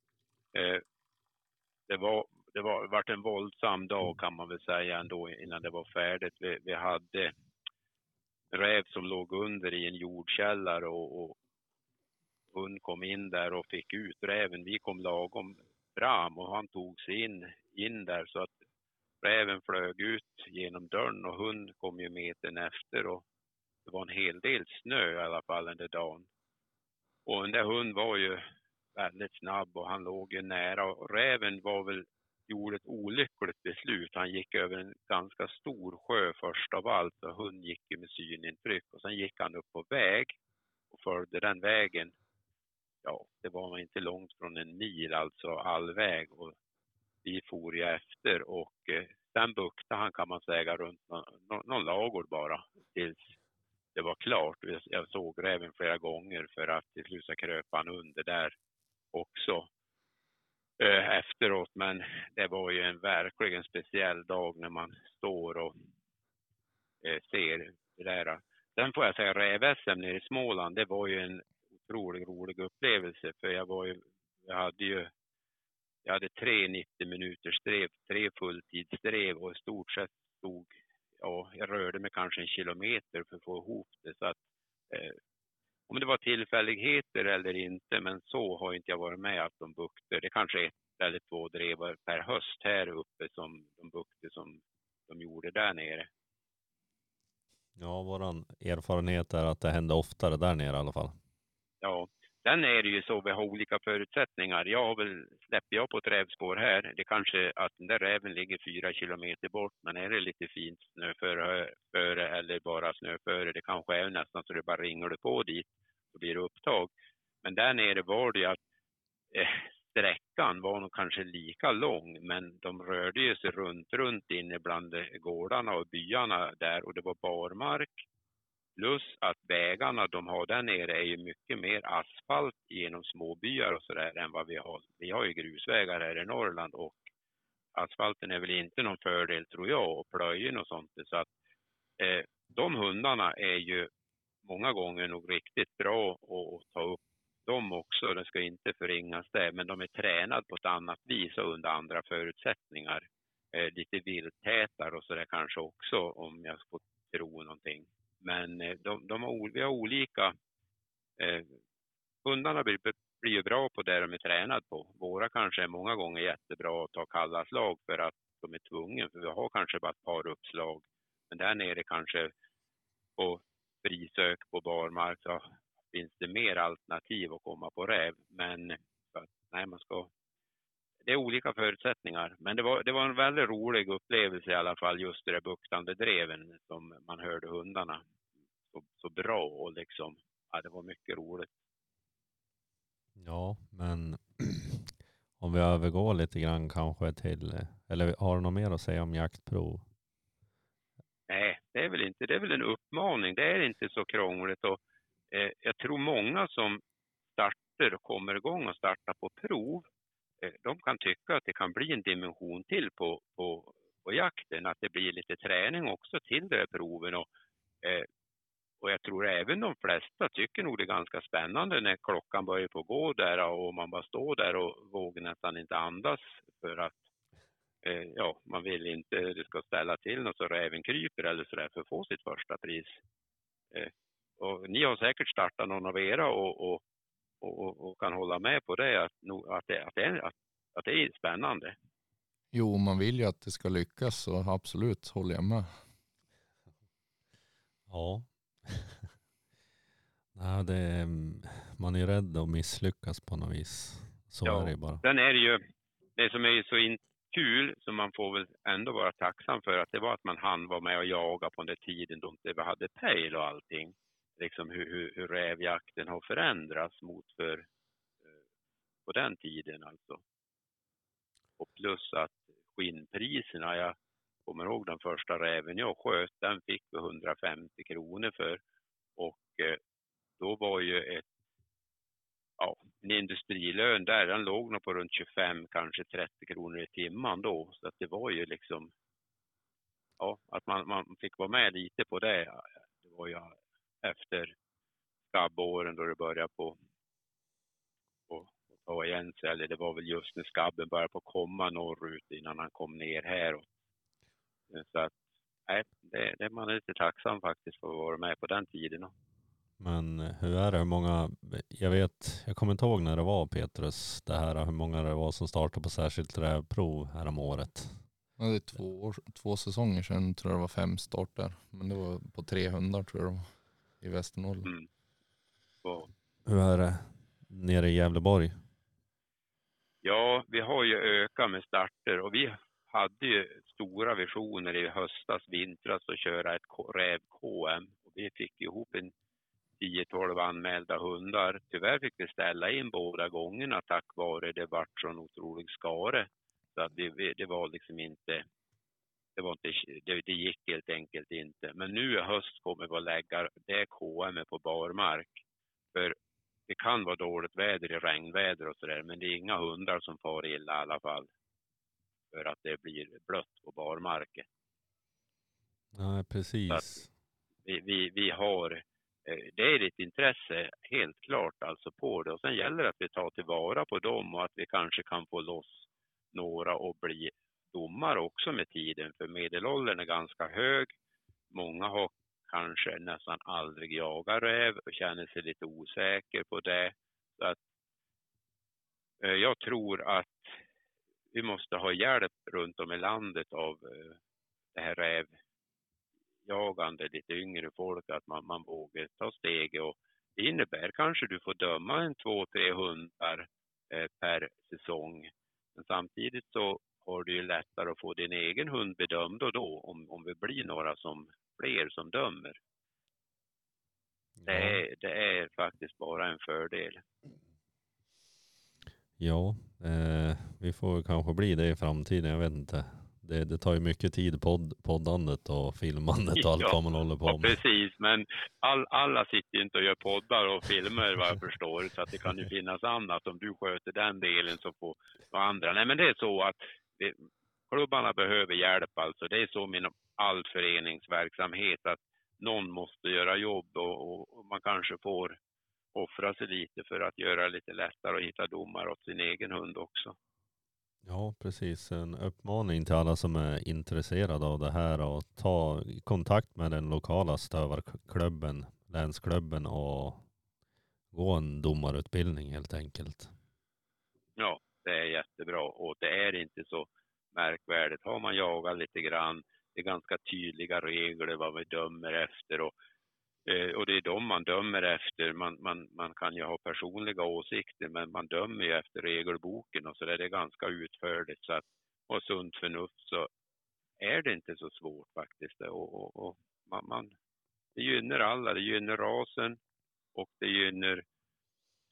Det var en våldsam dag kan man väl säga ändå innan det var färdigt. Vi hade räv som låg under i en jordkällare och hund kom in där och fick ut räven. Vi kom lagom fram och han tog sig in där, så att räven flög ut genom dörren och hund kom ju metern efter, och det var en hel del snö i alla fall den där dagen. Och den där hund var ju väldigt snabb och han låg ju nära, och räven gjorde ett olyckligt beslut. Han gick över en ganska stor sjö först av allt, och hund gick ju med synintryck, och sen gick han upp på väg och följde den vägen. Ja, det var inte långt från en mil, alltså all väg, och vi for ju efter, och sen buktade han kan man säga runt någon lagård bara tills det var klart. Jag såg räven flera gånger för att till slut så kröp han under där också efteråt. Men det var ju en verkligen speciell dag när man står och ser det där. Sen får jag säga räv-SM nere i Småland, det var ju en otroligt rolig upplevelse, för jag hade 3 90 minuters drev, 3 fulltidsdrev, och i stort sett jag rörde mig kanske 1 kilometer för att få ihop det. Så att om det var tillfälligheter eller inte, men så har inte jag varit med att de bukter. Det kanske är 1 eller 2 drevar per höst här uppe som de bukter som de gjorde där nere. Ja, våran erfarenhet är att det händer oftare där nere i alla fall. Ja, sen är det ju så, vi har olika förutsättningar. Släpper jag på ett rävspår här, det kanske att den där räven ligger 4 kilometer bort, men är det lite fint snöföre eller bara snöföre, det kanske är nästan så det bara ringer på dit och blir upptag. Men där nere var det att sträckan var nog kanske lika lång, men de rörde ju sig runt inne bland gårdarna och byarna där, och det var barmark. Plus att vägarna de har där nere är ju mycket mer asfalt genom småbyar och sådär än vad vi har. Vi har ju grusvägar här i Norrland, och asfalten är väl inte någon fördel tror jag, och plöjen och sånt. Så att de hundarna är ju många gånger nog riktigt bra att ta upp dem också. Det ska inte förringas det, men de är tränade på ett annat vis och under andra förutsättningar. Lite vilttätare och sådär kanske också, om jag får tro någonting. Men vi har olika. Hundarna blir ju bra på det de är tränade på. Våra kanske är många gånger jättebra att ta kalla slag för att de är tvungna. För vi har kanske bara ett par uppslag. Men där nere kanske på frisök på barmark så finns det mer alternativ att komma på räv. Men nej, det är olika förutsättningar. Men det var en väldigt rolig upplevelse i alla fall, just det där buktande dreven som man hörde hundarna så bra, och liksom, ja, det var mycket roligt. Ja, men om vi övergår lite grann kanske till, eller har du något mer att säga om jaktprov? Nej, det är väl inte. Det är väl en uppmaning. Det är inte så krångligt. Och, jag tror många som startar och kommer igång och startar på prov, de kan tycka att det kan bli en dimension till på jakten. Att det blir lite träning också till de här proven. Och jag tror även de flesta tycker nog det är ganska spännande när klockan börjar på gå där och man bara står där och vågar nästan inte andas för att ja, man vill inte det ska ställa till något så räven kryper eller sådär för att få sitt första pris. Och ni har säkert startat någon av era och kan hålla med på det att det är spännande. Jo, man vill ju att det ska lyckas, så absolut håller jag med. Ja. Nej, man är rädd att misslyckas på något vis. Så är det ju bara. Sen är det ju det som är så kul som man får väl ändå vara tacksam för att det var att man hann vara med och jaga på den där tiden då inte vi hade pejl och allting. Liksom hur rävjakten har förändrats mot för på den tiden alltså. Och plus att skinnpriserna, jag kommer ihåg den första räven jag sköt, den fick vi 150 kronor för. Och då var ju en industrilön där, den låg nog på runt 25, kanske 30 kronor i timmen då. Så att det var ju liksom, att man fick vara med lite på det. Det var ju efter skabbåren då det började på ta igen sig. Eller det var väl just när skabben började på komma norrut innan han kom ner här. Så att, det man är lite tacksam faktiskt för att vara med på den tiden. Men hur är det? Hur många, jag kommer inte ihåg när det var, Petrus, det här, hur många det var som startade på särskilt rävprov här om året? Ja, det är 2 säsonger sedan tror jag det var 5 starter. Men det var på 300 tror jag i Västernorrland. Mm. Hur är det nere i Gävleborg? Ja, vi har ju ökat med starter och vi hade ju stora visioner i höstas, vintras att köra ett räv-KM. Och vi fick ihop en 10-12 anmälda hundar. Tyvärr fick vi ställa in båda gångerna tack vare det vart så en otrolig skare. Så att det var liksom inte, det gick helt enkelt inte. Men nu i höst kommer vi att lägga det KM på barmark. För det kan vara dåligt väder i regnväder och sådär, men det är inga hundar som far illa i alla fall. För att det blir blött på barmarken. Nej, precis. Vi har, det är ett intresse helt klart alltså på det. Och sen gäller det att vi tar tillvara på dem och att vi kanske kan få loss några och bli domare också med tiden. För medelåldern är ganska hög. Många har kanske nästan aldrig jagat räv och känner sig lite osäker på det. Så att jag tror att vi måste ha hjälp runt om i landet av det här rävjagande, lite yngre folk, att man vågar ta steg. Och det innebär kanske du får döma en 2-3 hundar per säsong. Men samtidigt så har du ju lättare att få din egen hund bedömd då om vi blir några fler som dömer. Det är faktiskt bara en fördel. Ja, vi får kanske bli det i framtiden, jag vet inte. Det tar ju mycket tid, poddandet och filmandet och allt vad man håller på med. Ja, precis, men alla sitter inte och gör poddar och filmer vad jag förstår, så att det kan ju finnas annat. Om du sköter den delen så får andra. Nej, men det är så att klubbarna behöver hjälp alltså. Det är så med all föreningsverksamhet att någon måste göra jobb och man kanske får offra sig lite för att göra det lite lättare att hitta domar åt sin egen hund också. Ja, precis. En uppmaning till alla som är intresserade av det här och ta kontakt med den lokala stövarklubben, länsklubben och gå en domarutbildning helt enkelt. Ja, det är jättebra och det är inte så märkvärdigt. Har man jagat lite grann, det är ganska tydliga regler vad vi dömer efter och det är de man dömer efter. Man kan ju ha personliga åsikter, men man dömer ju efter regelboken och så där. Det är ganska utförligt. Så att, och sunt förnuft så är det inte så svårt faktiskt. Och det gynnar alla. Det gynnar rasen och det gynnar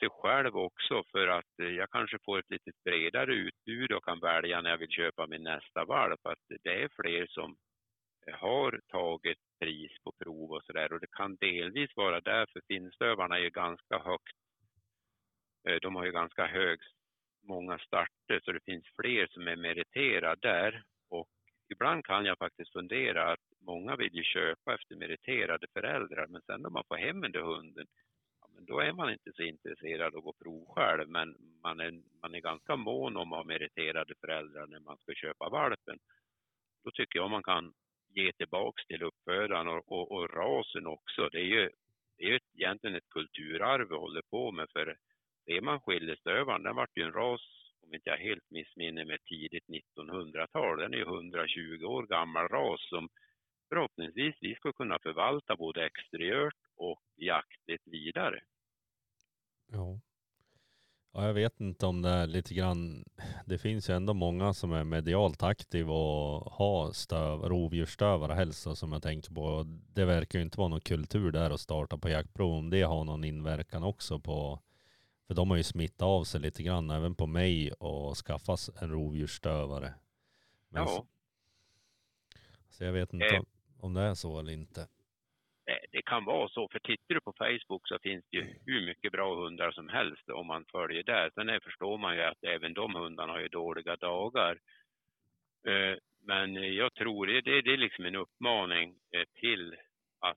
lite själv också för att jag kanske får ett lite bredare utbud och kan välja när jag vill köpa min nästa valp. Att det är fler som har tagit pris på prov och sådär. Och det kan delvis vara därför finstövarna är ju ganska högt. De har ju ganska många starter så det finns fler som är meriterade där. Och ibland kan jag faktiskt fundera att många vill ju köpa efter meriterade föräldrar. Men sen när man får hem den hunden, ja, men då är man inte så intresserad av att gå prov själv. Men man är ganska mån om att ha meriterade föräldrar när man ska köpa valpen. Då tycker jag man kan ge tillbaks till uppfödaren och rasen också. Det är ju egentligen ett kulturarv vi håller på med. För det man skillestövaren, den vart ju en ras, om inte jag helt missminner med tidigt 1900-tal. Den är ju 120 år gammal ras som förhoppningsvis vi ska kunna förvalta både exteriört och jaktligt vidare. Ja. Ja, jag vet inte om det är lite grann, det finns ju ändå många som är medialt aktiva och har rovdjursstövare helst som jag tänker på. Det verkar ju inte vara någon kultur där att starta på jaktprov, om det har någon inverkan också på, för de har ju smittat av sig lite grann även på mig och skaffat en rovdjursstövare. Men Ja. så jag vet inte om det är så eller inte. Det kan vara så, för tittar du på Facebook så finns det ju hur mycket bra hundar som helst om man följer där. Sen förstår man ju att även de hundarna har ju dåliga dagar. Men jag tror det är liksom en uppmaning till att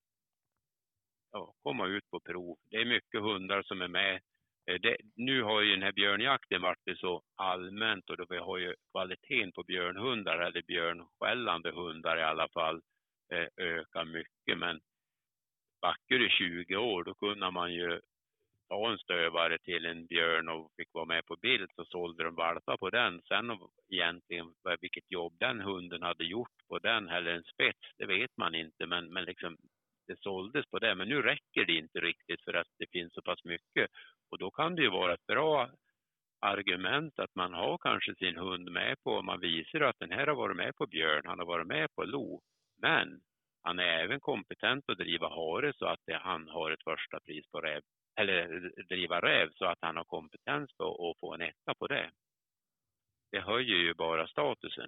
komma ut på prov. Det är mycket hundar som är med. Nu har ju den här björnjakten varit det så allmänt och då vi har ju kvaliteten på björnhundar eller björnskällande hundar i alla fall ökar mycket. Men backar du 20 år då kunde man ju ta en stövare till en björn och fick vara med på bild, så sålde de valpar på den. Sen egentligen vilket jobb den hunden hade gjort på den eller en spets, det vet man inte, men liksom det såldes på det. Men nu räcker det inte riktigt för att det finns så pass mycket, och då kan det ju vara ett bra argument att man har kanske sin hund med på, man visar att den här har varit med på björn, han har varit med på lo, men han är även kompetent att driva hare så att han har ett första pris på räv, eller driva räv så att han har kompetens på att få en etta på det. Det höjer ju bara statusen.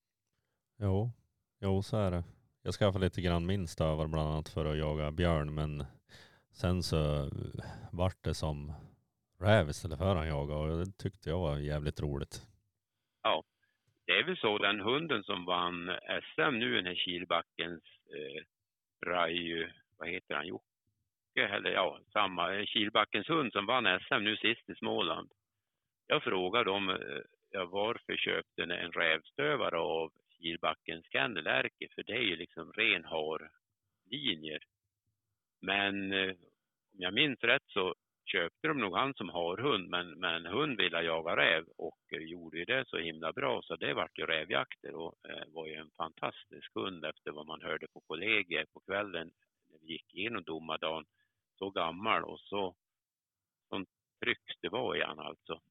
Jo, så är det. Jag skaffade lite grann min stövare bland annat för att jaga björn, men sen så vart det som räv istället för han jagade, och det tyckte jag var jävligt roligt. Ja. Det är väl så, den hunden som vann SM nu, den här Kilbackens Raju, vad heter han, Jocke, eller ja, samma, Kilbackens hund som vann SM nu sist i Småland. Jag frågade dem, varför köpte ni en rävstövare av Kilbackens Skandelärke, för det är ju liksom ren harlinjer. Men om jag minns rätt så köpte de nog han som har hund, men hund ville jaga räv och gjorde ju det så himla bra, så det vart ju rävjakter och var ju en fantastisk hund efter vad man hörde på kollegor på kvällen när vi gick igenom domardagen. Så gammal och så trycks det var i han alltså.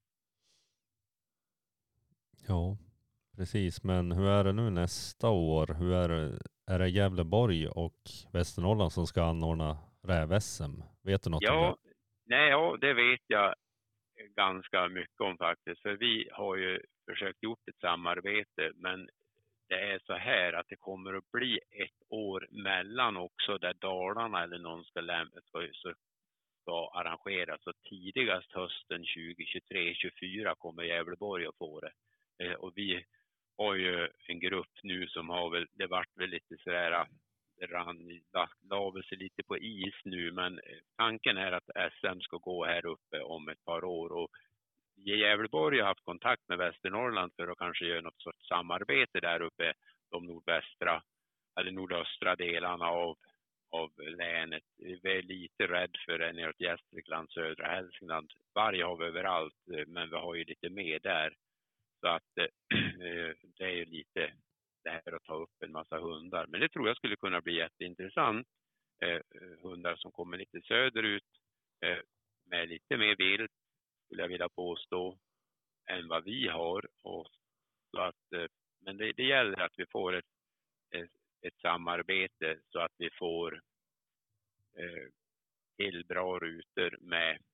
Ja, precis. Men hur är det nu nästa år? Hur är det Gävleborg och Västernorrland som ska anordna räv-SM? Vet du något om det? Nej, det vet jag ganska mycket om faktiskt. För vi har ju försökt gjort ett samarbete, men det är så här att det kommer att bli ett år mellan också där Dalarna eller någon ska arrangera. Så tidigast hösten 2023-2024 kommer Gävleborg att få det. Och vi har ju en grupp nu som har väl, det vart väl lite sådär, la sig lite på is nu, men tanken är att SM ska gå här uppe om ett par år, och Gävleborg har haft kontakt med Västernorrland för att kanske göra något sorts samarbete där uppe, de nordvästra eller nordöstra delarna av länet. Vi är lite rädd för det neråt Gästrikland, södra Hälsingland. Varje har vi överallt, men vi har ju lite mer där. Så att det är ju lite det här att ta upp en massa hundar. Men det tror jag skulle kunna bli jätteintressant. Hundar som kommer lite söderut med lite mer vilt, skulle jag vilja påstå, än vad vi har. Och så att, men det gäller att vi får ett samarbete så att vi får till bra rutor med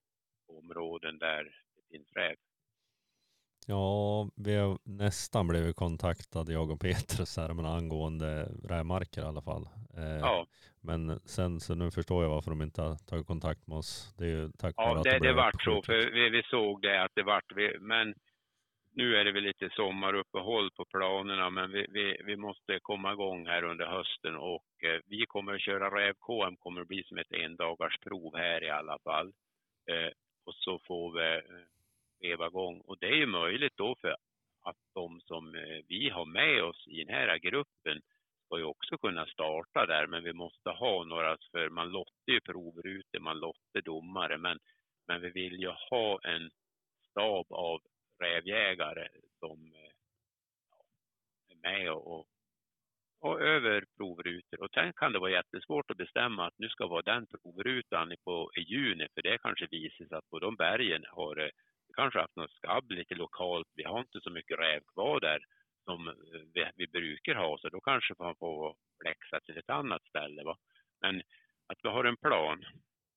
områden där det finns räv. Ja, vi har nästan blivit kontaktade, jag och Petrus här, men angående rävmarker i alla fall. Ja. Men sen så nu förstår jag varför de inte har tagit kontakt med oss. Det är ju tack vare Ja, att det blev vart så, uppskjutet. för vi såg det att det vart, men nu är det väl lite sommaruppehåll på planerna, men vi måste komma igång här under hösten och vi kommer att köra räv-KM, kommer att bli som ett endagarsprov här i alla fall. Och så får vi veva igång. Och det är ju möjligt då för att de som vi har med oss i den här gruppen ska ju också kunna starta där, men vi måste ha några, för man lottar ju provrutor, man lottar domare, men vi vill ju ha en stab av rävjägare som är med och över provrutor. Och sen kan det vara jättesvårt att bestämma att nu ska vara den provrutan i juni, för det kanske visar sig att på de bergen har det kanske haft något skabb lite lokalt. Vi har inte så mycket räv kvar där som vi brukar ha, så då kanske man får flexa till ett annat ställe. Va? Men att vi har en plan.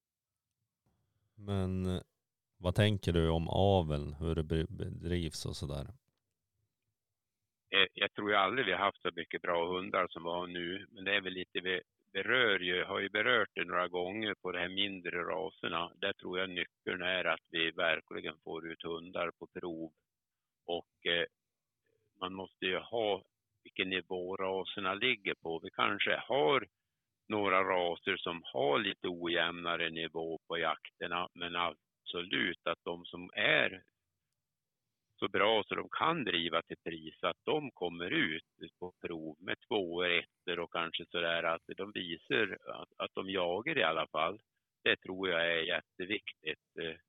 Men vad tänker du om aveln, hur det bedrivs och sådär? Jag tror ju aldrig vi har haft så mycket bra hundar som vi har nu, men det är väl lite, har ju berört det några gånger på de här mindre raserna. Där tror jag nyckeln är att vi verkligen får ut hundar på prov, och man måste ju ha vilken nivå raserna ligger på. Vi kanske har några raser som har lite ojämnare nivå på jakterna, men absolut att de som är så bra så de kan driva till pris, att de kommer ut på prov med 2 ettor och kanske sådär, att de visar att de jagar i alla fall. Det tror jag är jätteviktigt.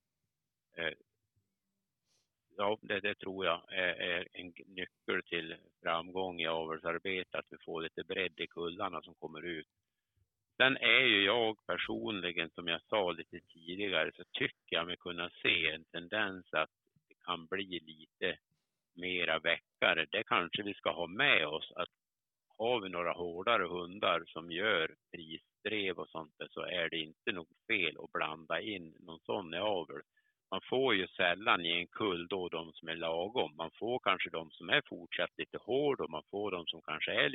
Ja, det tror jag är en nyckel till framgång i avelsarbete, att vi får lite bredd i kullarna som kommer ut. Sen är ju jag personligen, som jag sa lite tidigare, så tycker jag mig kunna se en tendens att det kan bli lite mera väckare. Det kanske vi ska ha med oss, att har vi några hårdare hundar som gör prisdrev och sånt där, så är det inte nog fel att blanda in någon sån i avel. Man får ju sällan i en kull då de som är lagom. Man får kanske de som är fortsatt lite hård, och man får de som kanske är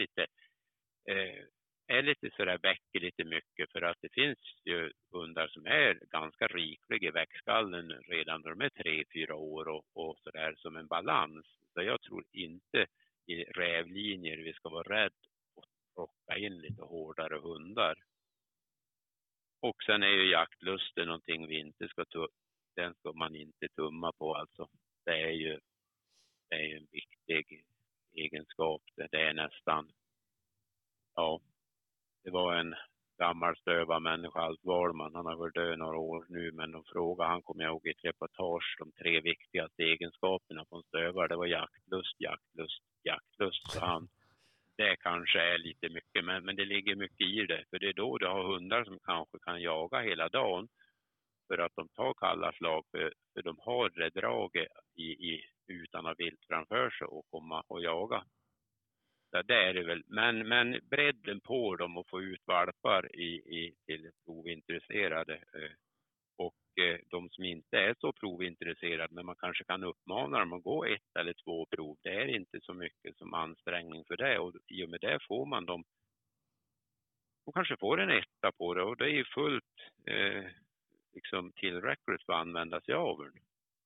lite sådär, väcker lite mycket, för att det finns ju hundar som är ganska rikliga i väckskallen redan när de är 3-4 år och sådär, som en balans. Så jag tror inte i rävlinjer vi ska vara rädd att plocka in lite hårdare hundar. Och sen är ju jaktlusten någonting vi inte ska den ska man inte tumma på, alltså. Det är ju en viktig egenskap. Det är nästan, ja, det var en gammal stöva människa, Alf Wahlman, han har varit död några år nu, men de frågade, han kommer ihåg i ett reportage, de 3 viktigaste egenskaperna på en stövare, det var jaktlust, jaktlust, jaktlust, så han. Det kanske är lite mycket, men det ligger mycket i det, för det är då du har hundar som kanske kan jaga hela dagen, för att de tar kalla slag, för de har det draget utan att vilt framför sig och komma och jaga. Det är det väl. Men bredden på dem och få ut valpar till provintresserade. Och de som inte är så provintresserade, men man kanske kan uppmana dem att gå 1 eller 2 prov. Det är inte så mycket som ansträngning för det. Och i och med det får man dem. De kanske får en 1 på det, och det är ju fullt liksom tillräckligt för att användas i aveln.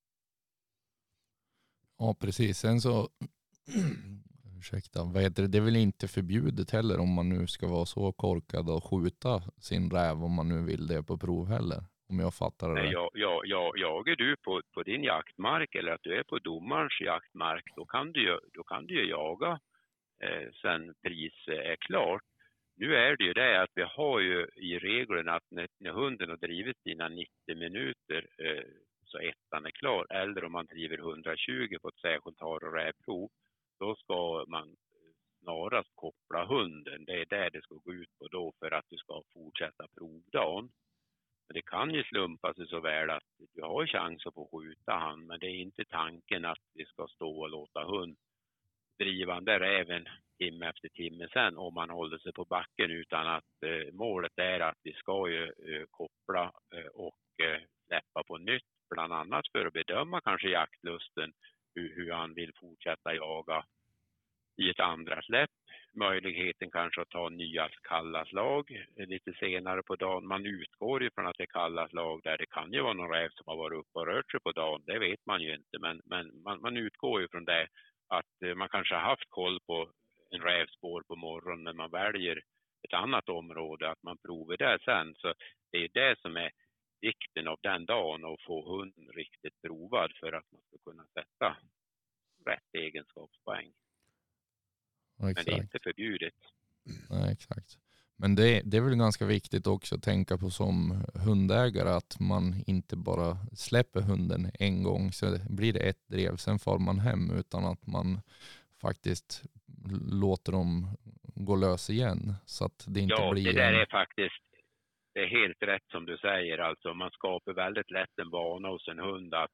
Ja, precis. Sen så ursäkta, det är väl inte förbjudet heller, om man nu ska vara så korkad och skjuta sin räv, om man nu vill det på prov heller, om jag fattar det. Nej, jagar du på din jaktmark, eller att du är på domarens jaktmark, då kan du ju jaga sen pris är klart. Nu är det ju det att vi har ju i regeln att när hunden har drivit sina 90 minuter så 1:an är klar, eller om man driver 120 på ett särskilt har- och rävprov, då ska man snarast koppla hunden. Det är där det ska gå ut på då, för att du ska fortsätta provdagen. Men det kan ju slumpa sig så väl att du har chans att få skjuta han, men det är inte tanken att vi ska stå och låta hund driva den där även timme efter timme sen om man håller sig på backen, utan att målet är att vi ska ju koppla och släppa på nytt bland annat för att bedöma kanske jaktlusten, hur han vill fortsätta jaga i ett andra släpp. Möjligheten kanske att ta nya kalla slag lite senare på dagen. Man utgår ju från att det är kalla slag där. Det kan ju vara någon räv som har varit uppe och rört sig på dagen. Det vet man ju inte. Men man utgår ju från det att man kanske har haft koll på en rävspår på morgonen, men man väljer ett annat område, att man provar det sen. Så det är det som är vikten av den dagen, att få hunden riktigt provad för att man ska kunna sätta rätt egenskapspoäng. Men det är inte förbjudet. Nej, exakt. Men det är väl ganska viktigt också att tänka på som hundägare, att man inte bara släpper hunden en gång så blir det ett drev, sen far man hem, utan att man faktiskt låter dem gå lös igen så att det inte blir... Ja, det där är faktiskt, det är helt rätt som du säger. Alltså man skapar väldigt lätt en vana hos en hund att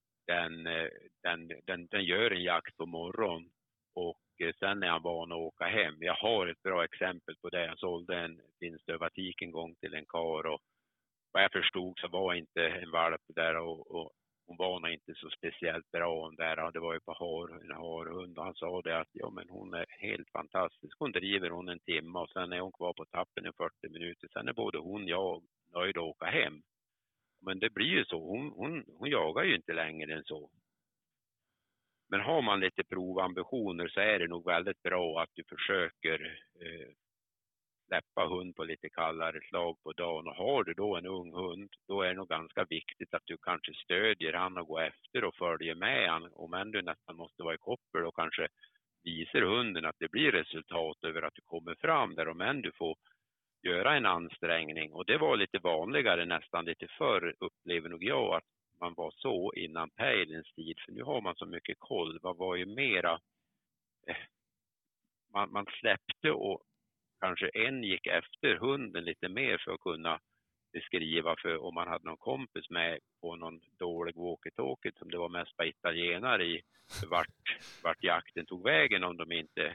den gör en jakt på morgon och sen är han van att åka hem. Jag har ett bra exempel på det. Jag sålde en finstövvatik en gång till en kar, och vad jag förstod så var inte en valp där, och hon var inte så speciellt bra hon där. Det var ju på en harhund, och han sa det att ja, men hon är helt fantastisk. Hon driver hon en timme och sen är hon kvar på tappen i 40 minuter. Sen är både hon och jag nöjd att åka hem. Men det blir ju så. Hon jagar ju inte längre än så. Men har man lite provambitioner så är det nog väldigt bra att du försöker släppa hund på lite kallare slag på dagen. Och har du då en ung hund, då är det nog ganska viktigt att du kanske stödjer han och går efter och följer med han. Om än du nästan måste vara i koppel och kanske visar hunden att det blir resultat över att du kommer fram där, om än du får göra en ansträngning. Och det var lite vanligare, nästan lite förr upplever nog jag, att man var så innan pejlens tid. För nu har man så mycket koll. Vad var ju mera... Man släppte och kanske en gick efter hunden lite mer för att kunna beskriva, för om man hade någon kompis med på någon dålig walkie-talkie som det var mest på italienare i, vart jakten tog vägen om de inte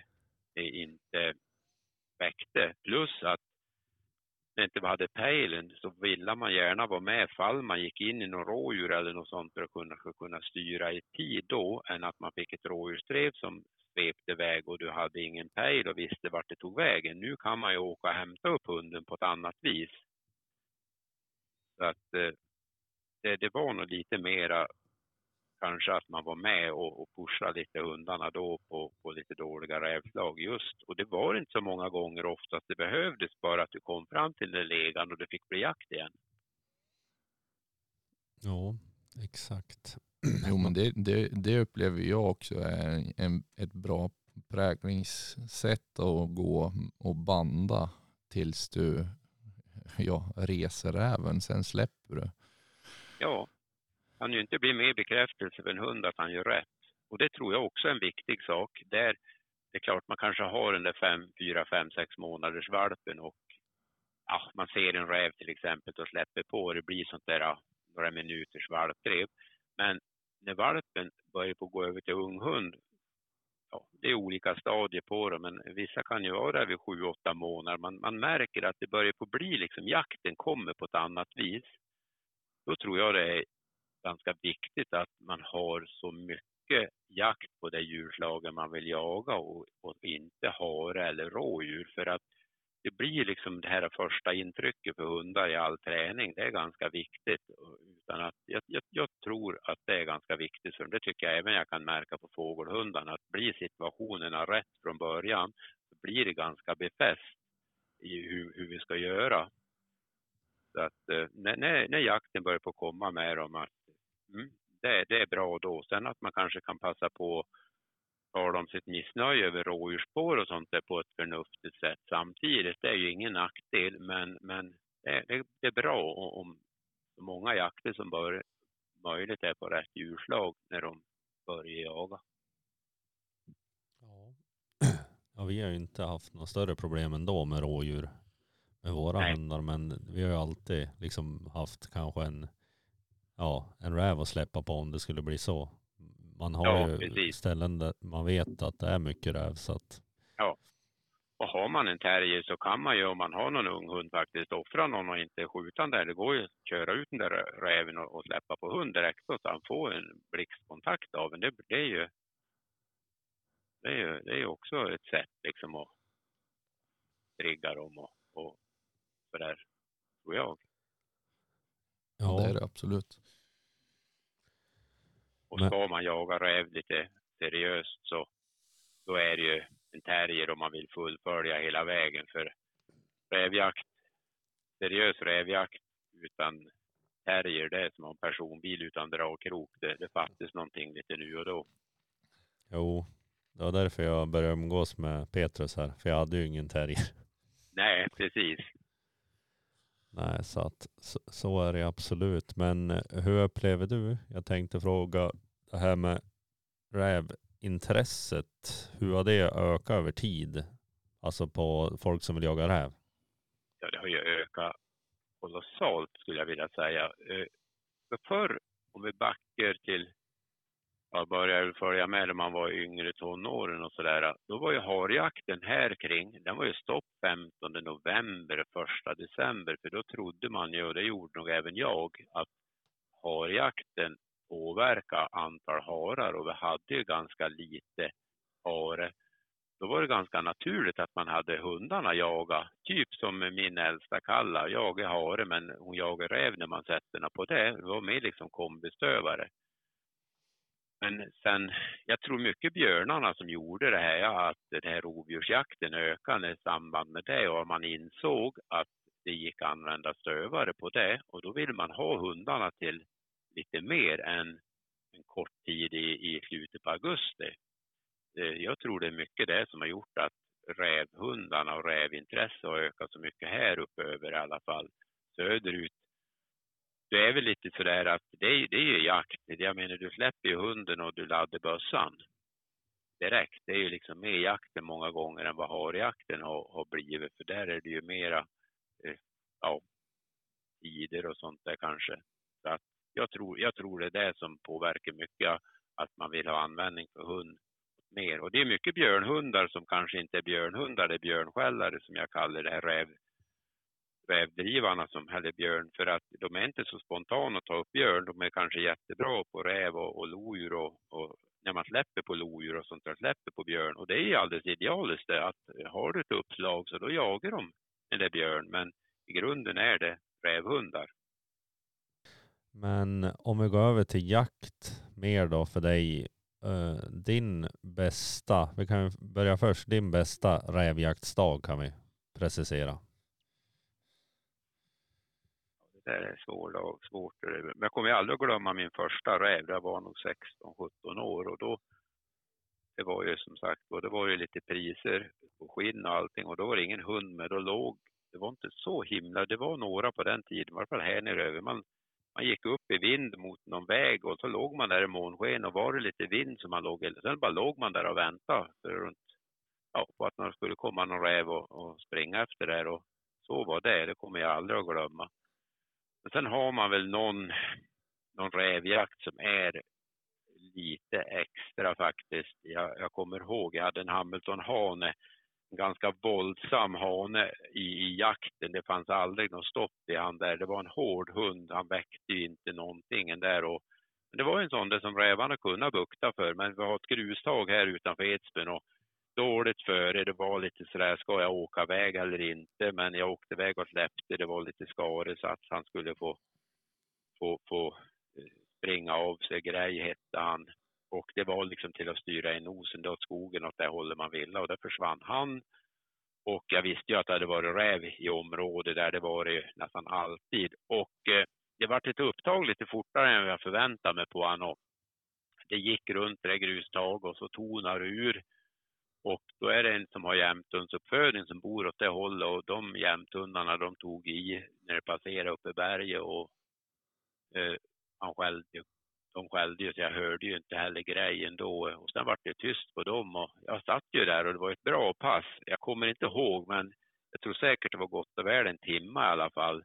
väckte. Plus att när inte vi hade pejlen så ville man gärna vara med fall man gick in i någon rådjur eller något sånt för att kunna styra i tid då, än att man fick ett rådjursdrev som svepte iväg och du hade ingen pejl och visste vart det tog vägen. Nu kan man ju åka och hämta upp hunden på ett annat vis. Så att det var nog lite mera kanske att man var med och pushade lite hundarna då på lite dåliga rävslag just. Och det var inte så många gånger oftast det behövdes, bara att du kom fram till den legan och det fick bli jakt igen. Ja, exakt. Jo, men det upplever jag också är ett bra präglingssätt att gå och banda tills du reser räven, sen släpper du. Ja, kan ju inte bli mer bekräftelse för en hund att han gör rätt. Och det tror jag också är en viktig sak. Där det är klart man kanske har den där 4, 5, 6 månaders valpen och man ser en räv till exempel och släpper på och det blir sånt där några minuters valpdrev. Men när valpen börjar på att gå över till ung hund, det är olika stadier på det, men vissa kan ju vara vid 7-8 månader. Man märker att det börjar på att bli liksom, jakten kommer på ett annat vis. Då tror jag det är ganska viktigt att man har så mycket jakt på det djurslagen man vill jaga och inte hare eller rådjur, för att det blir liksom det här första intrycket för hundar i all träning. Det är ganska viktigt. Utan att, jag tror att det är ganska viktigt, för det tycker jag även jag kan märka på fågelhundarna, att blir situationerna rätt från början så blir det ganska befäst i hur vi ska göra. Så att när jakten börjar på komma med dem att det är bra då. Sen att man kanske kan passa på att tala om sitt missnöje över rådjursspår och sånt där på ett förnuftigt sätt samtidigt. Det är ju ingen nackdel, men det är bra om så många jakter som möjligt är på rätt djurslag när de börjar jaga. Ja, vi har ju inte haft några större problem ändå med rådjur med våra hundar, men vi har ju alltid liksom haft kanske en räv att släppa på om det skulle bli så. Man har ju precis. Ställen där man vet att det är mycket räv. Så att... Och har man en terrier så kan man ju, om man har någon ung hund, faktiskt offra någon och inte skjuta där. Det går ju att köra ut den där räven och släppa på hund direkt så att han får en blixtkontakt av en. Det är ju också ett sätt liksom att trigga dem och så där, tror jag. Ja, det är det absolut. Och ska man jaga räv lite seriöst så då är det ju en terrier om man vill fullfölja hela vägen. För rävjakt, seriös rävjakt utan terrier, det är som en personbil utan dragkrok. Det fattas någonting lite nu och då. Jo, det var därför jag började umgås med Petrus här. För jag hade ju ingen terrier. Nej, precis. Nej, så är det absolut. Men hur upplever du? Jag tänkte fråga det här med rävintresset. Hur har det ökat över tid? Alltså på folk som vill jaga räv. Ja, det har ju ökat kolossalt skulle jag vilja säga. För förr, om vi backar till, jag började följa med när man var yngre tonåren och sådär. Då var ju harjakten här kring, den var ju stopp 15 november, 1 december. För då trodde man ju, och det gjorde nog även jag, att harjakten påverkar antal harar. Och vi hade ju ganska lite hare. Då var det ganska naturligt att man hade hundarna jaga. Typ som min äldsta Kalla, jagar hare men hon jagar räv när man sätter henne på det. Det var mer liksom kombistövare. Men sen, jag tror mycket björnarna som gjorde det här, ja, att den här rovdjursjakten ökade i samband med det. Och man insåg att det gick att använda stövare på det. Och då vill man ha hundarna till lite mer än en kort tid i slutet på augusti. Jag tror det är mycket det som har gjort att rävhundarna och rävintresse har ökat så mycket här uppe över i alla fall. Söderut. Det är väl lite sådär att det är ju jakt. Jag menar, du släpper ju hunden och du laddar bössan direkt. Det är ju liksom mer jakten många gånger än vad harjakten har blivit. För där är det ju mera tider och sånt där kanske. Så att jag tror det är det som påverkar mycket, att man vill ha användning för hund mer. Och det är mycket björnhundar som kanske inte är björnhundar, det är björnskällare som jag kallar det här rävdrivarna som häller björn, för att de är inte så spontana att ta upp björn. De är kanske jättebra på räv och lodjur och när man släpper på lodjur och sånt där, släpper på björn. Och det är ju alldeles idealiskt det, att har du ett uppslag så då jagar de den där björn. Men i grunden är det rävhundar. Men om vi går över till jakt mer då för dig. Din bästa, vi kan börja först, din bästa rävjaktsdag kan vi precisera. Det är svårt. Men jag kommer aldrig att glömma min första räv. Jag var nog 16-17 år och då, det var ju som sagt, och det var ju lite priser på skinn och allting och då var det ingen hund med. Det var inte så himla, det var några på den tiden, i alla fall här nere över. Man gick upp i vind mot någon väg och så låg man där i månsken och var det lite vind som man låg, sen bara låg man där och väntade på att man skulle komma någon räv och springa efter där, och så var det kommer jag aldrig att glömma. Men sen har man väl någon rävjakt som är lite extra faktiskt. Jag kommer ihåg, jag hade en Hamilton-hane, en ganska våldsam hane i jakten. Det fanns aldrig något stopp i han där. Det var en hård hund. Han väckte ju inte någonting där. Men det var en sån där som rävarna kunde bukta för. Men vi har ett grustag här utanför Edsbyn och dåligt före. Det var lite sådär, ska jag åka väg eller inte? Men jag åkte väg och släppte. Det var lite skare så att han skulle få springa av sig. Grej hette han. Och det var liksom till att styra i nosen åt skogen åt det hållet man ville. Och där försvann han. Och jag visste ju att det hade varit räv i området där, det var det nästan alltid. Och det var ett upptag lite fortare än jag förväntade mig på han. Och det gick runt det grustag och så tonar ur. Och då är det en som har jämthundsuppfödning som bor åt det hållet. Och de jämthundarna de tog i när det passerade uppe i berget. Och de skällde ju så jag hörde ju inte heller grejen då. Och sen var det tyst på dem och jag satt ju där och det var ett bra pass. Jag kommer inte ihåg, men jag tror säkert det var gott och väl en timme i alla fall.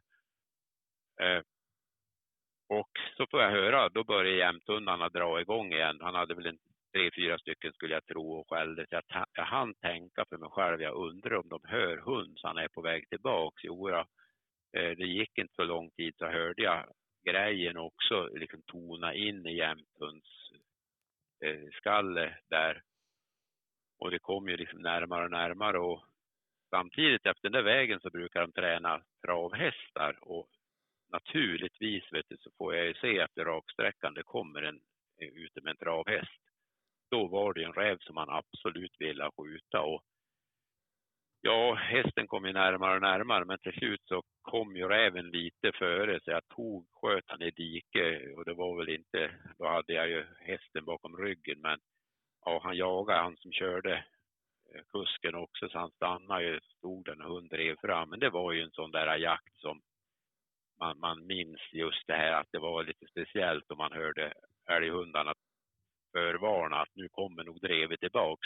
Och så får jag höra, då började jämthundarna dra igång igen. Han hade väl 3-4 stycken skulle jag tro och skällde. Så jag hann tänka för mig själv. Jag undrar om de hör hund så han är på väg tillbaks. Jo, det gick inte så lång tid så hörde jag grejen också liksom tona in i jämthunds skalle där. Och det kom ju liksom närmare och närmare och samtidigt efter den där vägen så brukar de träna travhästar och naturligtvis så får jag ju se efter raksträckan det kommer en ute med en travhäst. Då var det en räv som man absolut ville skjuta och ja, hästen kom ju närmare och närmare men till slut så kom ju räven lite före så jag sköt han i dike och det var väl inte, då hade jag ju hästen bakom ryggen men ja, han jagade han som körde kusken också så han stannade ju, stod den och hund drev fram men det var ju en sån där jakt som man minns just det här att det var lite speciellt om man hörde älghundarna förvarna att nu kommer nog drevet tillbaks.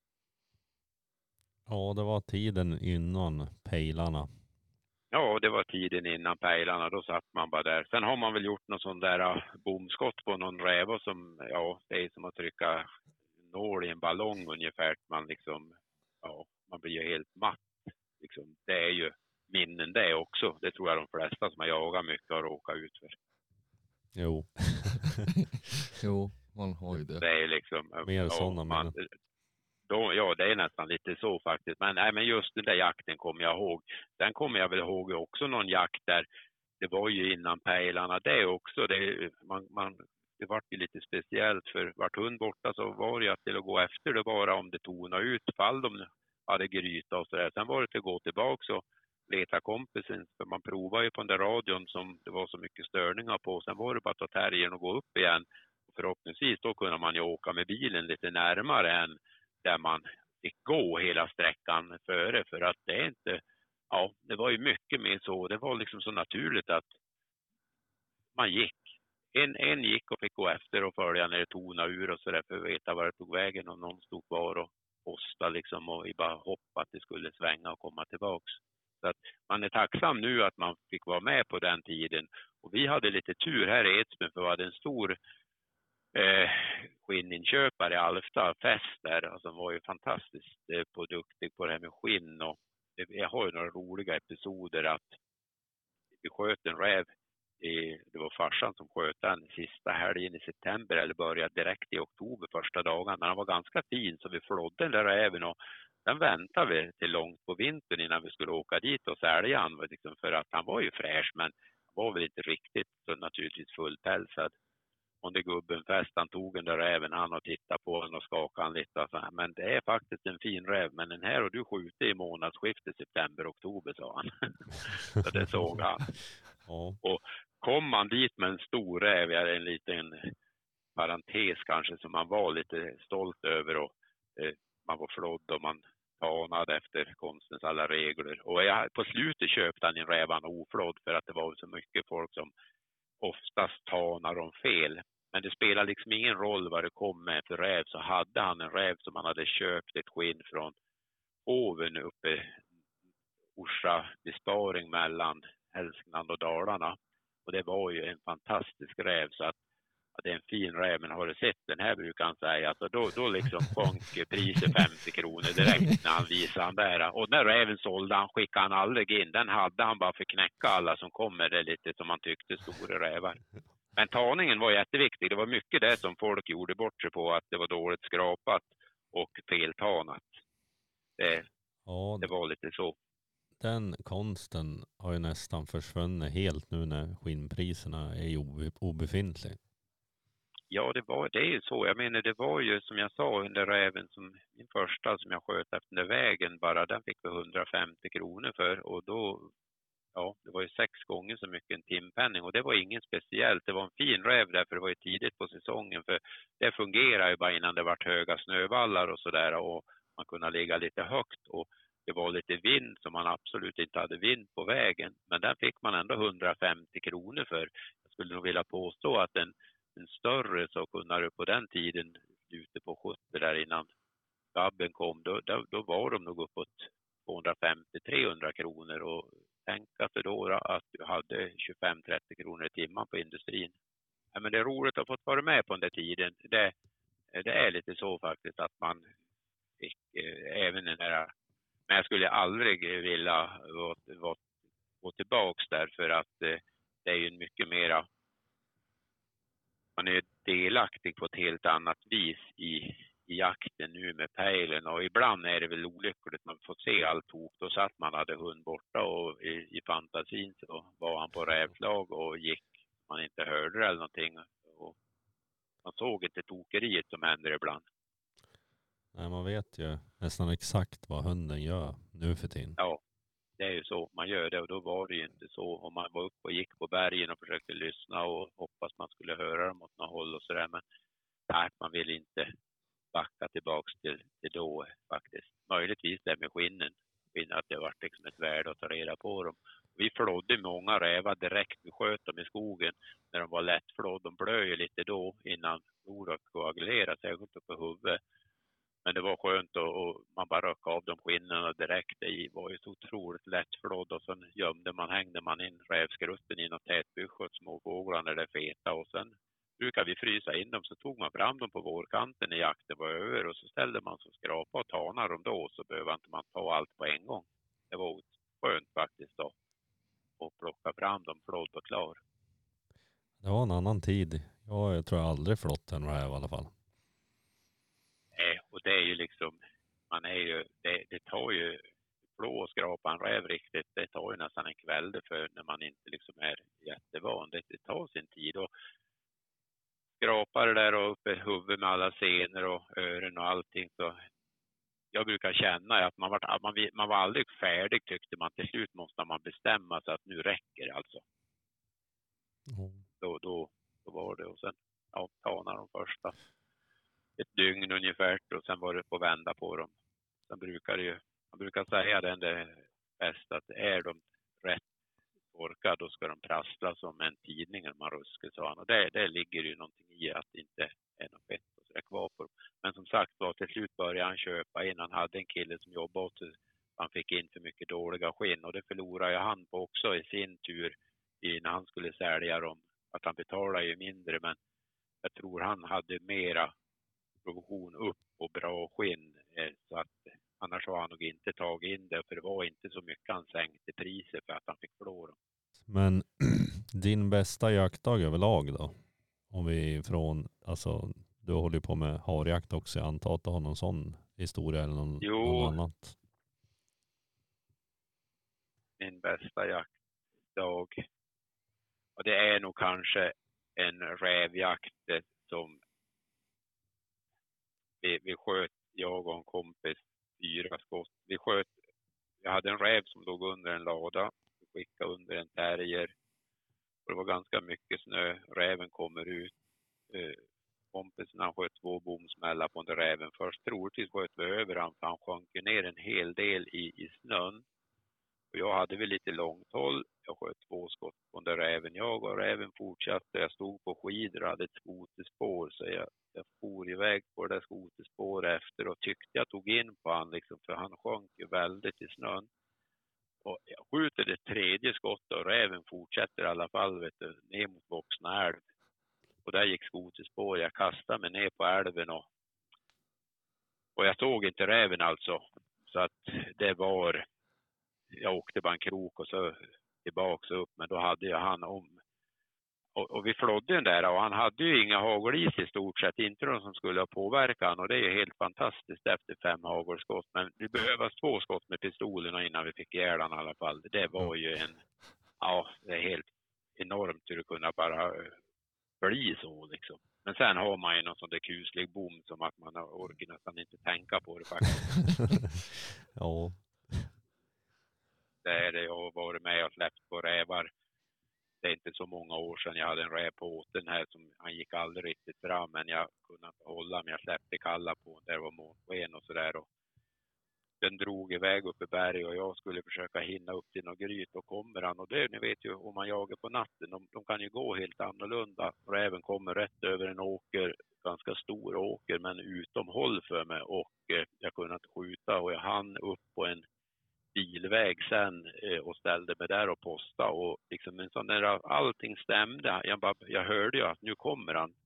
Ja, det var tiden innan pejlarna. Ja, det var tiden innan pejlarna. Då satt man bara där. Sen har man väl gjort någon sån där bomskott på någon räva som, ja, det är som att trycka nål i en ballong ungefär. Man liksom, ja, man blir ju helt matt. Liksom, det är ju minnen det också. Det tror jag de flesta som har jagat mycket har råkat ut för. Jo. Jo, man har ju det. Det är liksom... Mer sådana minnen. Ja, det är nästan lite så faktiskt. Men just den där jakten kommer jag ihåg. Sen kommer jag väl ihåg också någon jakt där. Det var ju innan pejlarna det också. Det var ju lite speciellt för vart hund borta så var det att till att gå efter det bara om det tonade ut fall de hade gryta och sådär. Sen var det till att gå tillbaka och leta kompisen. För man provade ju på den där radion som det var så mycket störningar på. Sen var det bara att ta terriern och gå upp igen. Och förhoppningsvis då kunde man ju åka med bilen lite närmare än där man fick gå hela sträckan före för att det är inte, ja, det var ju mycket mer så, det var liksom så naturligt att man gick. En gick och fick gå efter och följa när det tonade ur och så där för att veta var det tog vägen och någon stod kvar och postade liksom och bara hoppa att det skulle svänga och komma tillbaks. Så att man är tacksam nu att man fick vara med på den tiden och vi hade lite tur här i Edsbyn för vi hade en stor skinninköpare i Alfta fest där och som var ju fantastiskt duktig på det här med skinn och jag har ju några roliga episoder att vi sköt en räv det var farsan som sköt den sista helgen i september eller började direkt i oktober första dagen men han var ganska fin så vi flådde den där räven och den väntade vi till långt på vintern innan vi skulle åka dit och sälja han liksom för att han var ju fräsch men han var väl inte riktigt så naturligtvis fullpälsad. Och det gubben fest, han tog den där räven han och tittade på den och skakade han lite och så här. Men det är faktiskt en fin räv, men den här har du skjutit i månadsskiftet september-oktober, sa han. Så det såg han. Ja. Och kom man dit med en stor räv, jag är en liten parentes kanske som man var lite stolt över och man var flådd och man tanade efter konstens alla regler. Och på slutet köpte han en räv han oflådd för att det var så mycket folk som oftast tanar om fel. Men det spelar liksom ingen roll vad det kom med för räv så hade han en räv som han hade köpt ett skinn från oven uppe Orsa besparing mellan Hälsingland och Dalarna. Och det var ju en fantastisk räv så att det är en fin räv men har du sett den här brukar han säga att då liksom sjönk priset 50 kronor direkt när han visade han där. Och när räven sålde han skickade han aldrig in. Den hade han bara för knäcka alla som kommer det lite som man tyckte stora rävar. Men taningen var jätteviktig. Det var mycket det som folk gjorde bort sig på att det var dåligt skrapat och feltanat. Det var lite så. Den konsten har ju nästan försvunnit helt nu när skinnpriserna är obefintliga. Ja, det är ju så. Jag menar, det var ju som jag sa under räven som min första som jag sköt efter den vägen bara, den fick vi 150 kronor för och då, ja, det var ju 6 gånger så mycket en timpenning och det var ingen speciellt. Det var en fin räv där för det var ju tidigt på säsongen för det fungerar ju bara innan det vart höga snövallar och sådär och man kunde ligga lite högt och det var lite vind som man absolut inte hade vind på vägen. Men den fick man ändå 150 kronor för. Jag skulle nog vilja påstå att en större så kunde du på den tiden ute på 70 där innan gabben kom. Då var de nog uppåt 250-300 kronor och tänka sig då att du hade 25-30 kronor i timmen på industrin. Ja, men det är roligt att få vara med på den där tiden. Det är lite så faktiskt att man fick även den där, men jag skulle aldrig vilja gå tillbaks där, för att det är ju mycket mera, man är delaktig på ett helt annat vis i jakten nu med pejlen, och ibland är det väl olyckligt, man får se allt tok, då satt man hade hund borta och i fantasin så var han på rävslag och gick, man inte hörde det eller någonting, och man såg inte tokeriet som händer ibland. Nej, man vet ju nästan exakt vad hunden gör nu för tiden. Ja, det är ju så. Man gör det, och då var det ju inte så. Om man var uppe och gick på bergen och försökte lyssna och hoppas man skulle höra dem åt något håll och sådär. Men nej, man vill inte backa tillbaks till då faktiskt. Möjligtvis det med skinnen. Att det var liksom ett värde att ta reda på dem. Vi flådde många rävar direkt. Vi sköt dem i skogen när de var lättflådd. De blöj ju lite då innan blodet koagulerade, särskilt uppe på huvudet. Men det var skönt och man bara röck av de skinnen direkt. Det var ju så otroligt lättflådd, och sen hängde man in rävskrutten i något tätbygge åt småfåglar när det feta, och sen brukade vi frysa in dem, så tog man fram dem på vårkanten när jakten var över, och så ställde man så skrapa och tana dem då, så behöver inte man ta allt på en gång. Det var skönt faktiskt då, och plocka fram dem flådd och klar. Det var en annan tid. Jag tror jag aldrig flått en räv i alla fall. Och det är ju liksom, det tar ju flå och skrapa en räv riktigt, det tar ju nästan en kväll för när man inte liksom är jättevan. Det tar sin tid, och skrapa det där och upp i huvudet med alla senor och öron och allting, så jag brukar känna att man var aldrig färdig, tyckte man. Till slut måste man bestämma sig att nu räcker det alltså. Då var det, och sen tana de första ett dygn ungefär, och sen var det på vända på dem. Sen man brukar säga det är bäst att är de rätt torkade, då ska de prassla som en tidning när man ruskar, sa han. Och det ligger ju någonting i att det inte är något fett och så kvar på dem. Men som sagt var, till slut började han köpa in. Han hade en kille som jobbade åt, han fick in för mycket dåliga skinn, och det förlorade han på också i sin tur när han skulle sälja dem. Att han betalade ju mindre, men jag tror han hade mera provision upp och bra skinn, så att annars har han nog inte tagit in det, för det var inte så mycket han sänkte priset för att han fick flå dem. Men din bästa jaktdag överlag då? Om vi alltså du håller på med harjakt också, jag antar att du har någon sån historia eller någon annat? Min bästa jaktdag, och det är nog kanske en rävjakt som vi sköt, jag och en kompis, 4 skott. Jag hade en räv som låg under en lada, vi skickade under en terrier, och det var ganska mycket snö. Räven kommer ut, kompisen han sköt 2 bomsmällar på den räven först. Troligtvis sköt vi över han, för han sjönk ner en hel del i snön. Och jag hade väl lite långt håll. Jag sköt 2 skott på den räven. Jag och räven fortsatte. Jag stod på skidor och hade ett skoterspår. Så jag for iväg på det där skoterspåret efter och tyckte jag tog in på han liksom, för han sjönk ju väldigt i snön. Och jag skjuter det 3:e skottet och räven fortsätter i alla fall, vet du, ner mot Voxna älv. Och där gick skoterspår. Jag kastade mig ner på älven och jag såg inte räven alltså. Så att det var, jag åkte bara en krok och så tillbaks upp, men då hade jag han om. Och vi flådde den där, och han hade ju inga hagelis i stort sett, inte de som skulle ha påverkat han, och det är ju helt fantastiskt efter 5 hagelskott. Men det behövdes 2 skott med pistolerna innan vi fick ihjäl han i alla fall. Det var ju det är helt enormt hur det kunde bara bli så liksom. Men sen har man ju någon sån där kuslig bom som att man orkar nästan inte tänka på det faktiskt. Ja. Det är det, jag har varit med och släppt på rävar. Det är inte så många år sedan jag hade en räv på åten här som han gick aldrig riktigt fram, men jag kunde inte hålla, men jag släppte kalla på, där var månsken och sådär. Den drog iväg upp i berg och jag skulle försöka hinna upp till något gryt, och kommer han, och det, ni vet ju om man jagar på natten, de kan ju gå helt annorlunda. Räven kommer rätt över en åker, ganska stor åker, men utom håll för mig, och jag kunde inte skjuta, och jag hann upp på en bilväg sen och ställde mig där och posta, och liksom en sån där, allting stämde. Jag hörde ju att nu kommer han.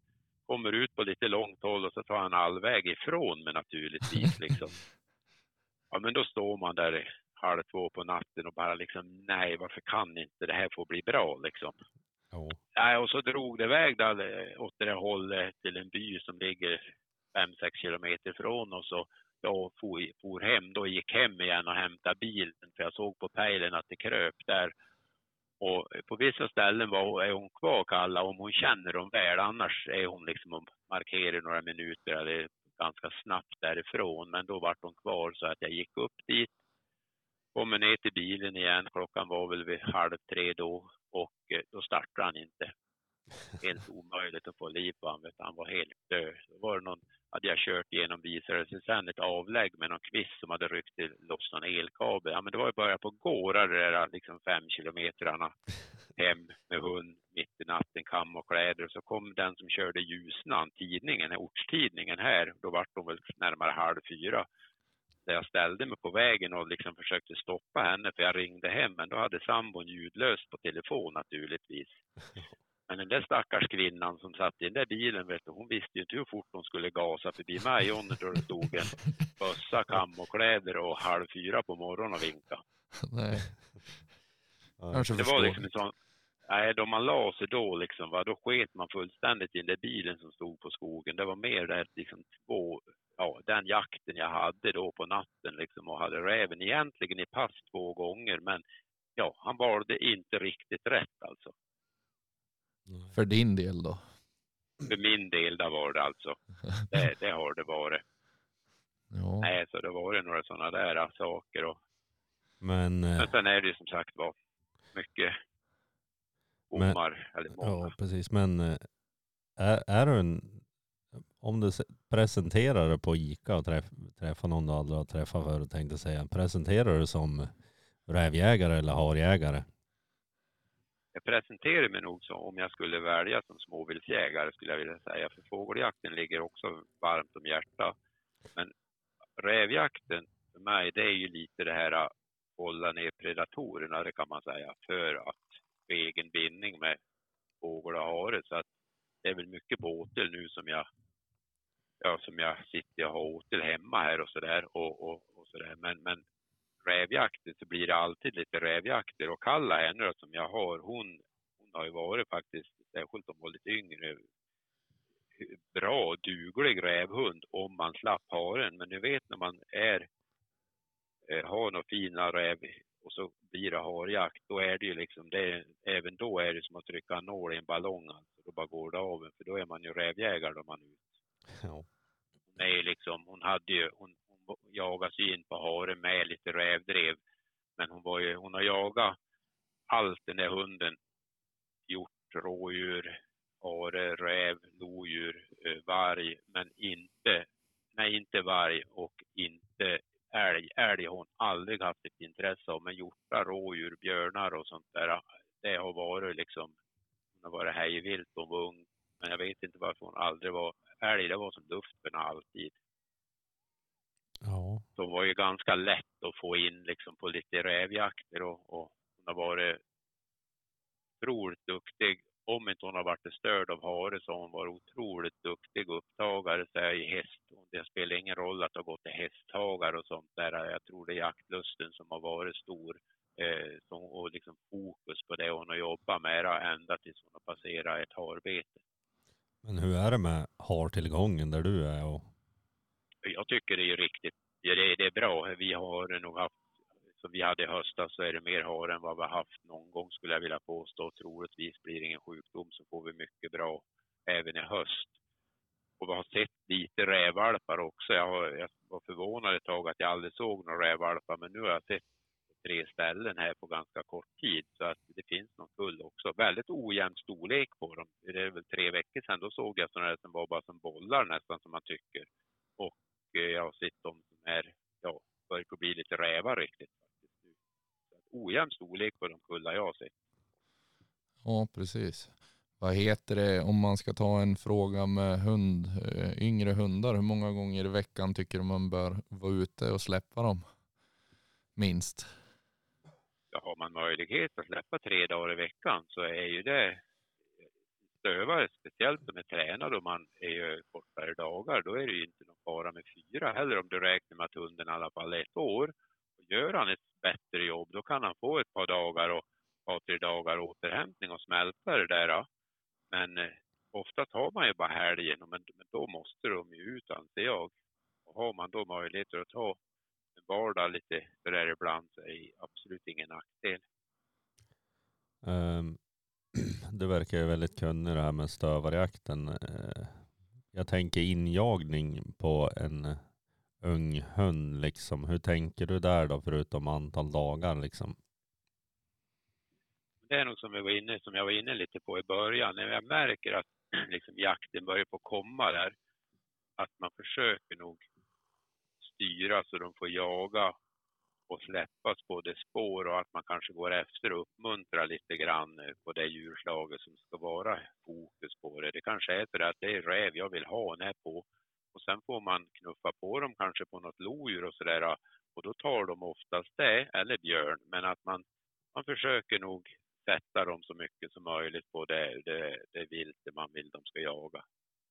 kommer ut på lite långt håll och så tar han all väg ifrån mig naturligtvis liksom. Ja, men då står man där 1:30 på natten och bara liksom, nej, varför kan inte det här få bli bra liksom? Ja. Nej, och så drog det iväg där åt det hållet till en by som ligger 5-6 kilometer från oss, och jag for hem då, gick hem igen och hämtade bilen för jag såg på pejlen att det kröp där. Och på vissa ställen är hon kvar, Kalla, om hon känner dem väl, annars är hon liksom och markerar några minuter eller ganska snabbt därifrån, men då var hon kvar så att jag gick upp dit, kommer ner till bilen igen, klockan var väl vid 2:30 då, och då startade han inte. Helt omöjligt att få liv på honom, han var helt död. Då var det någon, hade jag kört igenom, visade sig sen ett avlägg med någon kvist som hade ryckt loss någon elkabel. Ja, men det var ju bara på gårar där liksom 5 kilometerna hem med hund mitt i natten, kam och kläder. Och så kom den som körde Ljusnan, tidningen, ortstidningen här, då var de väl närmare 3:30. Där jag ställde mig på vägen och liksom försökte stoppa henne, för jag ringde hem, men då hade sambon ljudlöst på telefon naturligtvis. Men den där stackars kvinnan som satt i den där bilen, vet du, hon visste ju inte hur fort hon skulle gasa förbi mig då det stod en bössa, kam och kläder och 3:30 på morgonen och vinka. Nej. Det var liksom en sån, nej, då man la sig då liksom, då sket man fullständigt i den där bilen som stod på skogen. Det var mer där liksom den jakten jag hade då på natten liksom, och hade räven egentligen i pass 2 gånger, men ja, han valde inte riktigt rätt alltså. För din del då? För min del där var det alltså. Det har det varit. Ja. Nej, så det var några sådana där saker. Men sen är det ju som sagt var mycket bommar. Eller många. Ja, precis. Men är du om du presenterar det på ICA och träffar någon du aldrig har träffat förut, tänkte säga, presenterar du som rävjägare eller harjägare? Jag presenterar mig nog som om jag skulle välja som småviltsjägare, skulle jag vilja säga. För fågeljakten ligger också varmt om hjärtat. Men rävjakten för mig, det är ju lite det här att hålla ner predatorerna, det kan man säga, för att få egen bindning med fågel och hare. Så att det är väl mycket på åtel nu som jag sitter och har åtel hemma här och sådär. Och sådär. Men rävjakten så blir det alltid lite rävjakter, och Kalla henne som jag har, hon har ju varit faktiskt, särskilt om hon var lite yngre, bra, duglig rävhund om man slapp haren. Men nu vet när man har några fina räv och så blir det harjakt, då är det ju liksom även då är det som att trycka en nål i en ballong, alltså, då bara går det av, för då är man ju rävjägare då man är ut. Ja. Hon är liksom, hon jagade sig in på haren med lite rävdrev, men hon har jagat allt den där hunden, hjort, rådjur, hare, räv, lodjur, varg, men inte varg och inte älg. Älg har hon aldrig haft ett intresse av, men hjortar, rådjur, björnar och sånt där, det har varit liksom, hon har varit hejvilt och var ung, men jag vet inte varför hon aldrig var älg. Det var som luft för henne alltid. Ja. De var ju ganska lätt att få in liksom på lite rävjakter, och hon har varit otroligt duktig. Om inte hon har varit störd av hare så har hon varit otroligt duktig upptagare så här, i häst. Det spelar ingen roll att det har gått till hästtagare och sånt där. Jag tror det är jaktlusten som har varit stor, och liksom fokus på det hon har jobbat med ända tills hon har passerat ett harbete. Men hur är det med hartillgången där du är? Jag tycker det är riktigt, det är bra. Vi har nog haft, som vi hade i höstas, så är det mer hare än vad vi har haft någon gång, skulle jag vilja påstå. Troligtvis blir det ingen sjukdom, så får vi mycket bra även i höst. Och vi har sett lite rävvalpar också. Jag var förvånad ett tag att jag aldrig såg några rävvalpar, men nu har jag sett 3 ställen här på ganska kort tid, så att det finns någon kull också. Väldigt ojämn storlek på dem. Det är väl 3 veckor sedan, då såg jag sådana som var bara som bollar nästan, som man tycker. Och jag har sett dem som börjar bli lite rävar riktigt. Ojämn storlek på de kullar jag har sett. Ja, precis. Vad heter det om man ska ta en fråga med yngre hundar? Hur många gånger i veckan tycker man bör vara ute och släppa dem? Minst. Ja, har man möjlighet att släppa 3 dagar i veckan så är ju det stövare, speciellt om man är tränad och man är kortare dagar, då är det ju inte någon fara med 4 heller om du räknar med att hunden i alla fall är 1 år. Och gör han ett bättre jobb, då kan han få ett par dagar och 2-3 dagar återhämtning och smälta det där. Men ofta tar man ju bara helgen, men då måste de ju ut, anser jag. Och har man då möjligheter att ta en vardag lite för det ibland, så är det absolut ingen nackdel. Du verkar ju väldigt kunnig det här med stövarjakten. Jag tänker injagning på en ung hund liksom. Hur tänker du där då, förutom antal dagar liksom? Det är nog som jag var inne lite på i början. När jag märker att liksom jakten börjar på komma där, att man försöker nog styra så de får jaga och släppas på det spår, och att man kanske går efter och uppmuntrar lite grann på det djurslaget som ska vara fokus på det. Det kanske är för att det är räv jag vill ha den här på, och sen får man knuffa på dem kanske på något lodjur och sådär, och då tar de oftast det, eller björn, men att man försöker nog sätta dem så mycket som möjligt på det vilt man vill de ska jaga.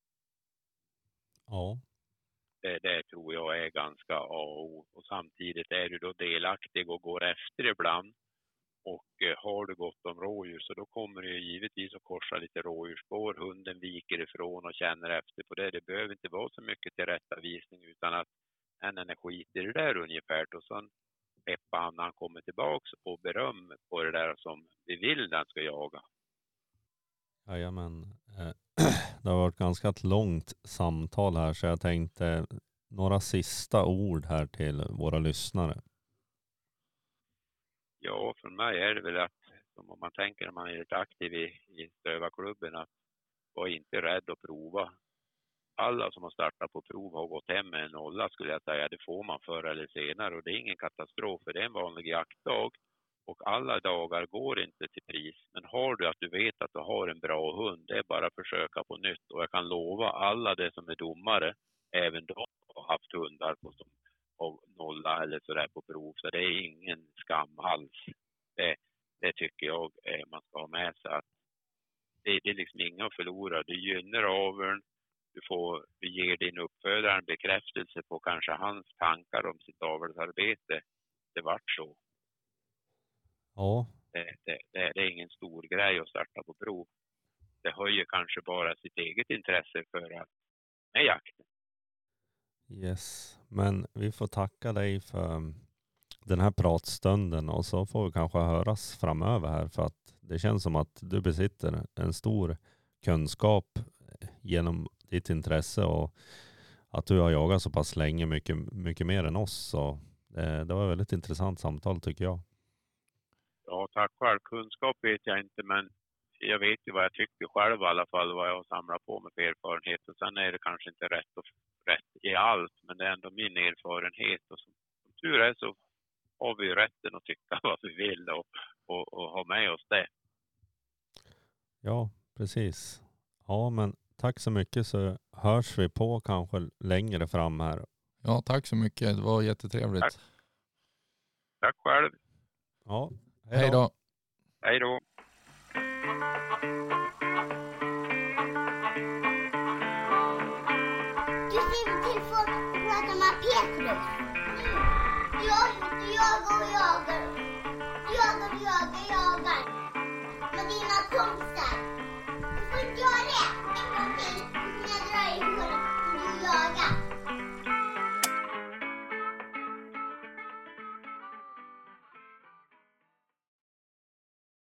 Ja. Det tror jag är ganska A och O. Och samtidigt är du då delaktig och går efter ibland. Och har du gott om rådjur, så då kommer du givetvis att korsa lite rådjursspår. Hunden viker ifrån och känner efter på det. Det behöver inte vara så mycket tillrättavisning, utan att en skiter i det där ungefär. Och sen peppar han när han kommer tillbaks och beröm på det där som vi vill den ska jaga. Jajamän. Det har varit ganska ett långt samtal här, så jag tänkte några sista ord här till våra lyssnare. Ja, för mig är det väl att, som om man tänker när man är lite aktiv i stövarklubben, att vara inte rädd att prova. Alla som har startat på prov har gått hem med en 0, skulle jag säga. Det får man förr eller senare, och det är ingen katastrof, för det är en vanlig jaktdag. Och alla dagar går inte till pris. Men har du att du vet att du har en bra hund, det är bara att försöka på nytt. Och jag kan lova alla det som är domare, även de har haft hundar på som av 0 eller sådär på prov. Så det är ingen skam alls. Det tycker jag man ska ha med sig. Att det är liksom inga att förlora. Du gynnar aveln. Du ger din uppfödare en bekräftelse på kanske hans tankar om sitt avelsarbete. Det vart så. Ja. Det är ingen stor grej att starta på prov. Det höjer kanske bara sitt eget intresse för att med jakten. Yes, men vi får tacka dig för den här pratstunden, och så får vi kanske höras framöver här, för att det känns som att du besitter en stor kunskap genom ditt intresse, och att du har jagat så pass länge, mycket mer än oss. Så det var ett väldigt intressant samtal, tycker jag. Ja, tack själv. Kunskap vet jag inte, men jag vet ju vad jag tycker själv i alla fall, vad jag har samlat på mig för erfarenhet. Och sen är det kanske inte rätt i allt, men det är ändå min erfarenhet. Och som tur är så har vi rätten att tycka vad vi vill och ha med oss det. Ja, precis. Ja, men tack så mycket, så hörs vi på kanske längre fram här. Ja, tack så mycket. Det var jättetrevligt. Tack själv. Ja, hej då. Hej då. Du skriver telefon och pratar med Petrus. Jag jagar och jagar. Jagar. Med dina kompisar.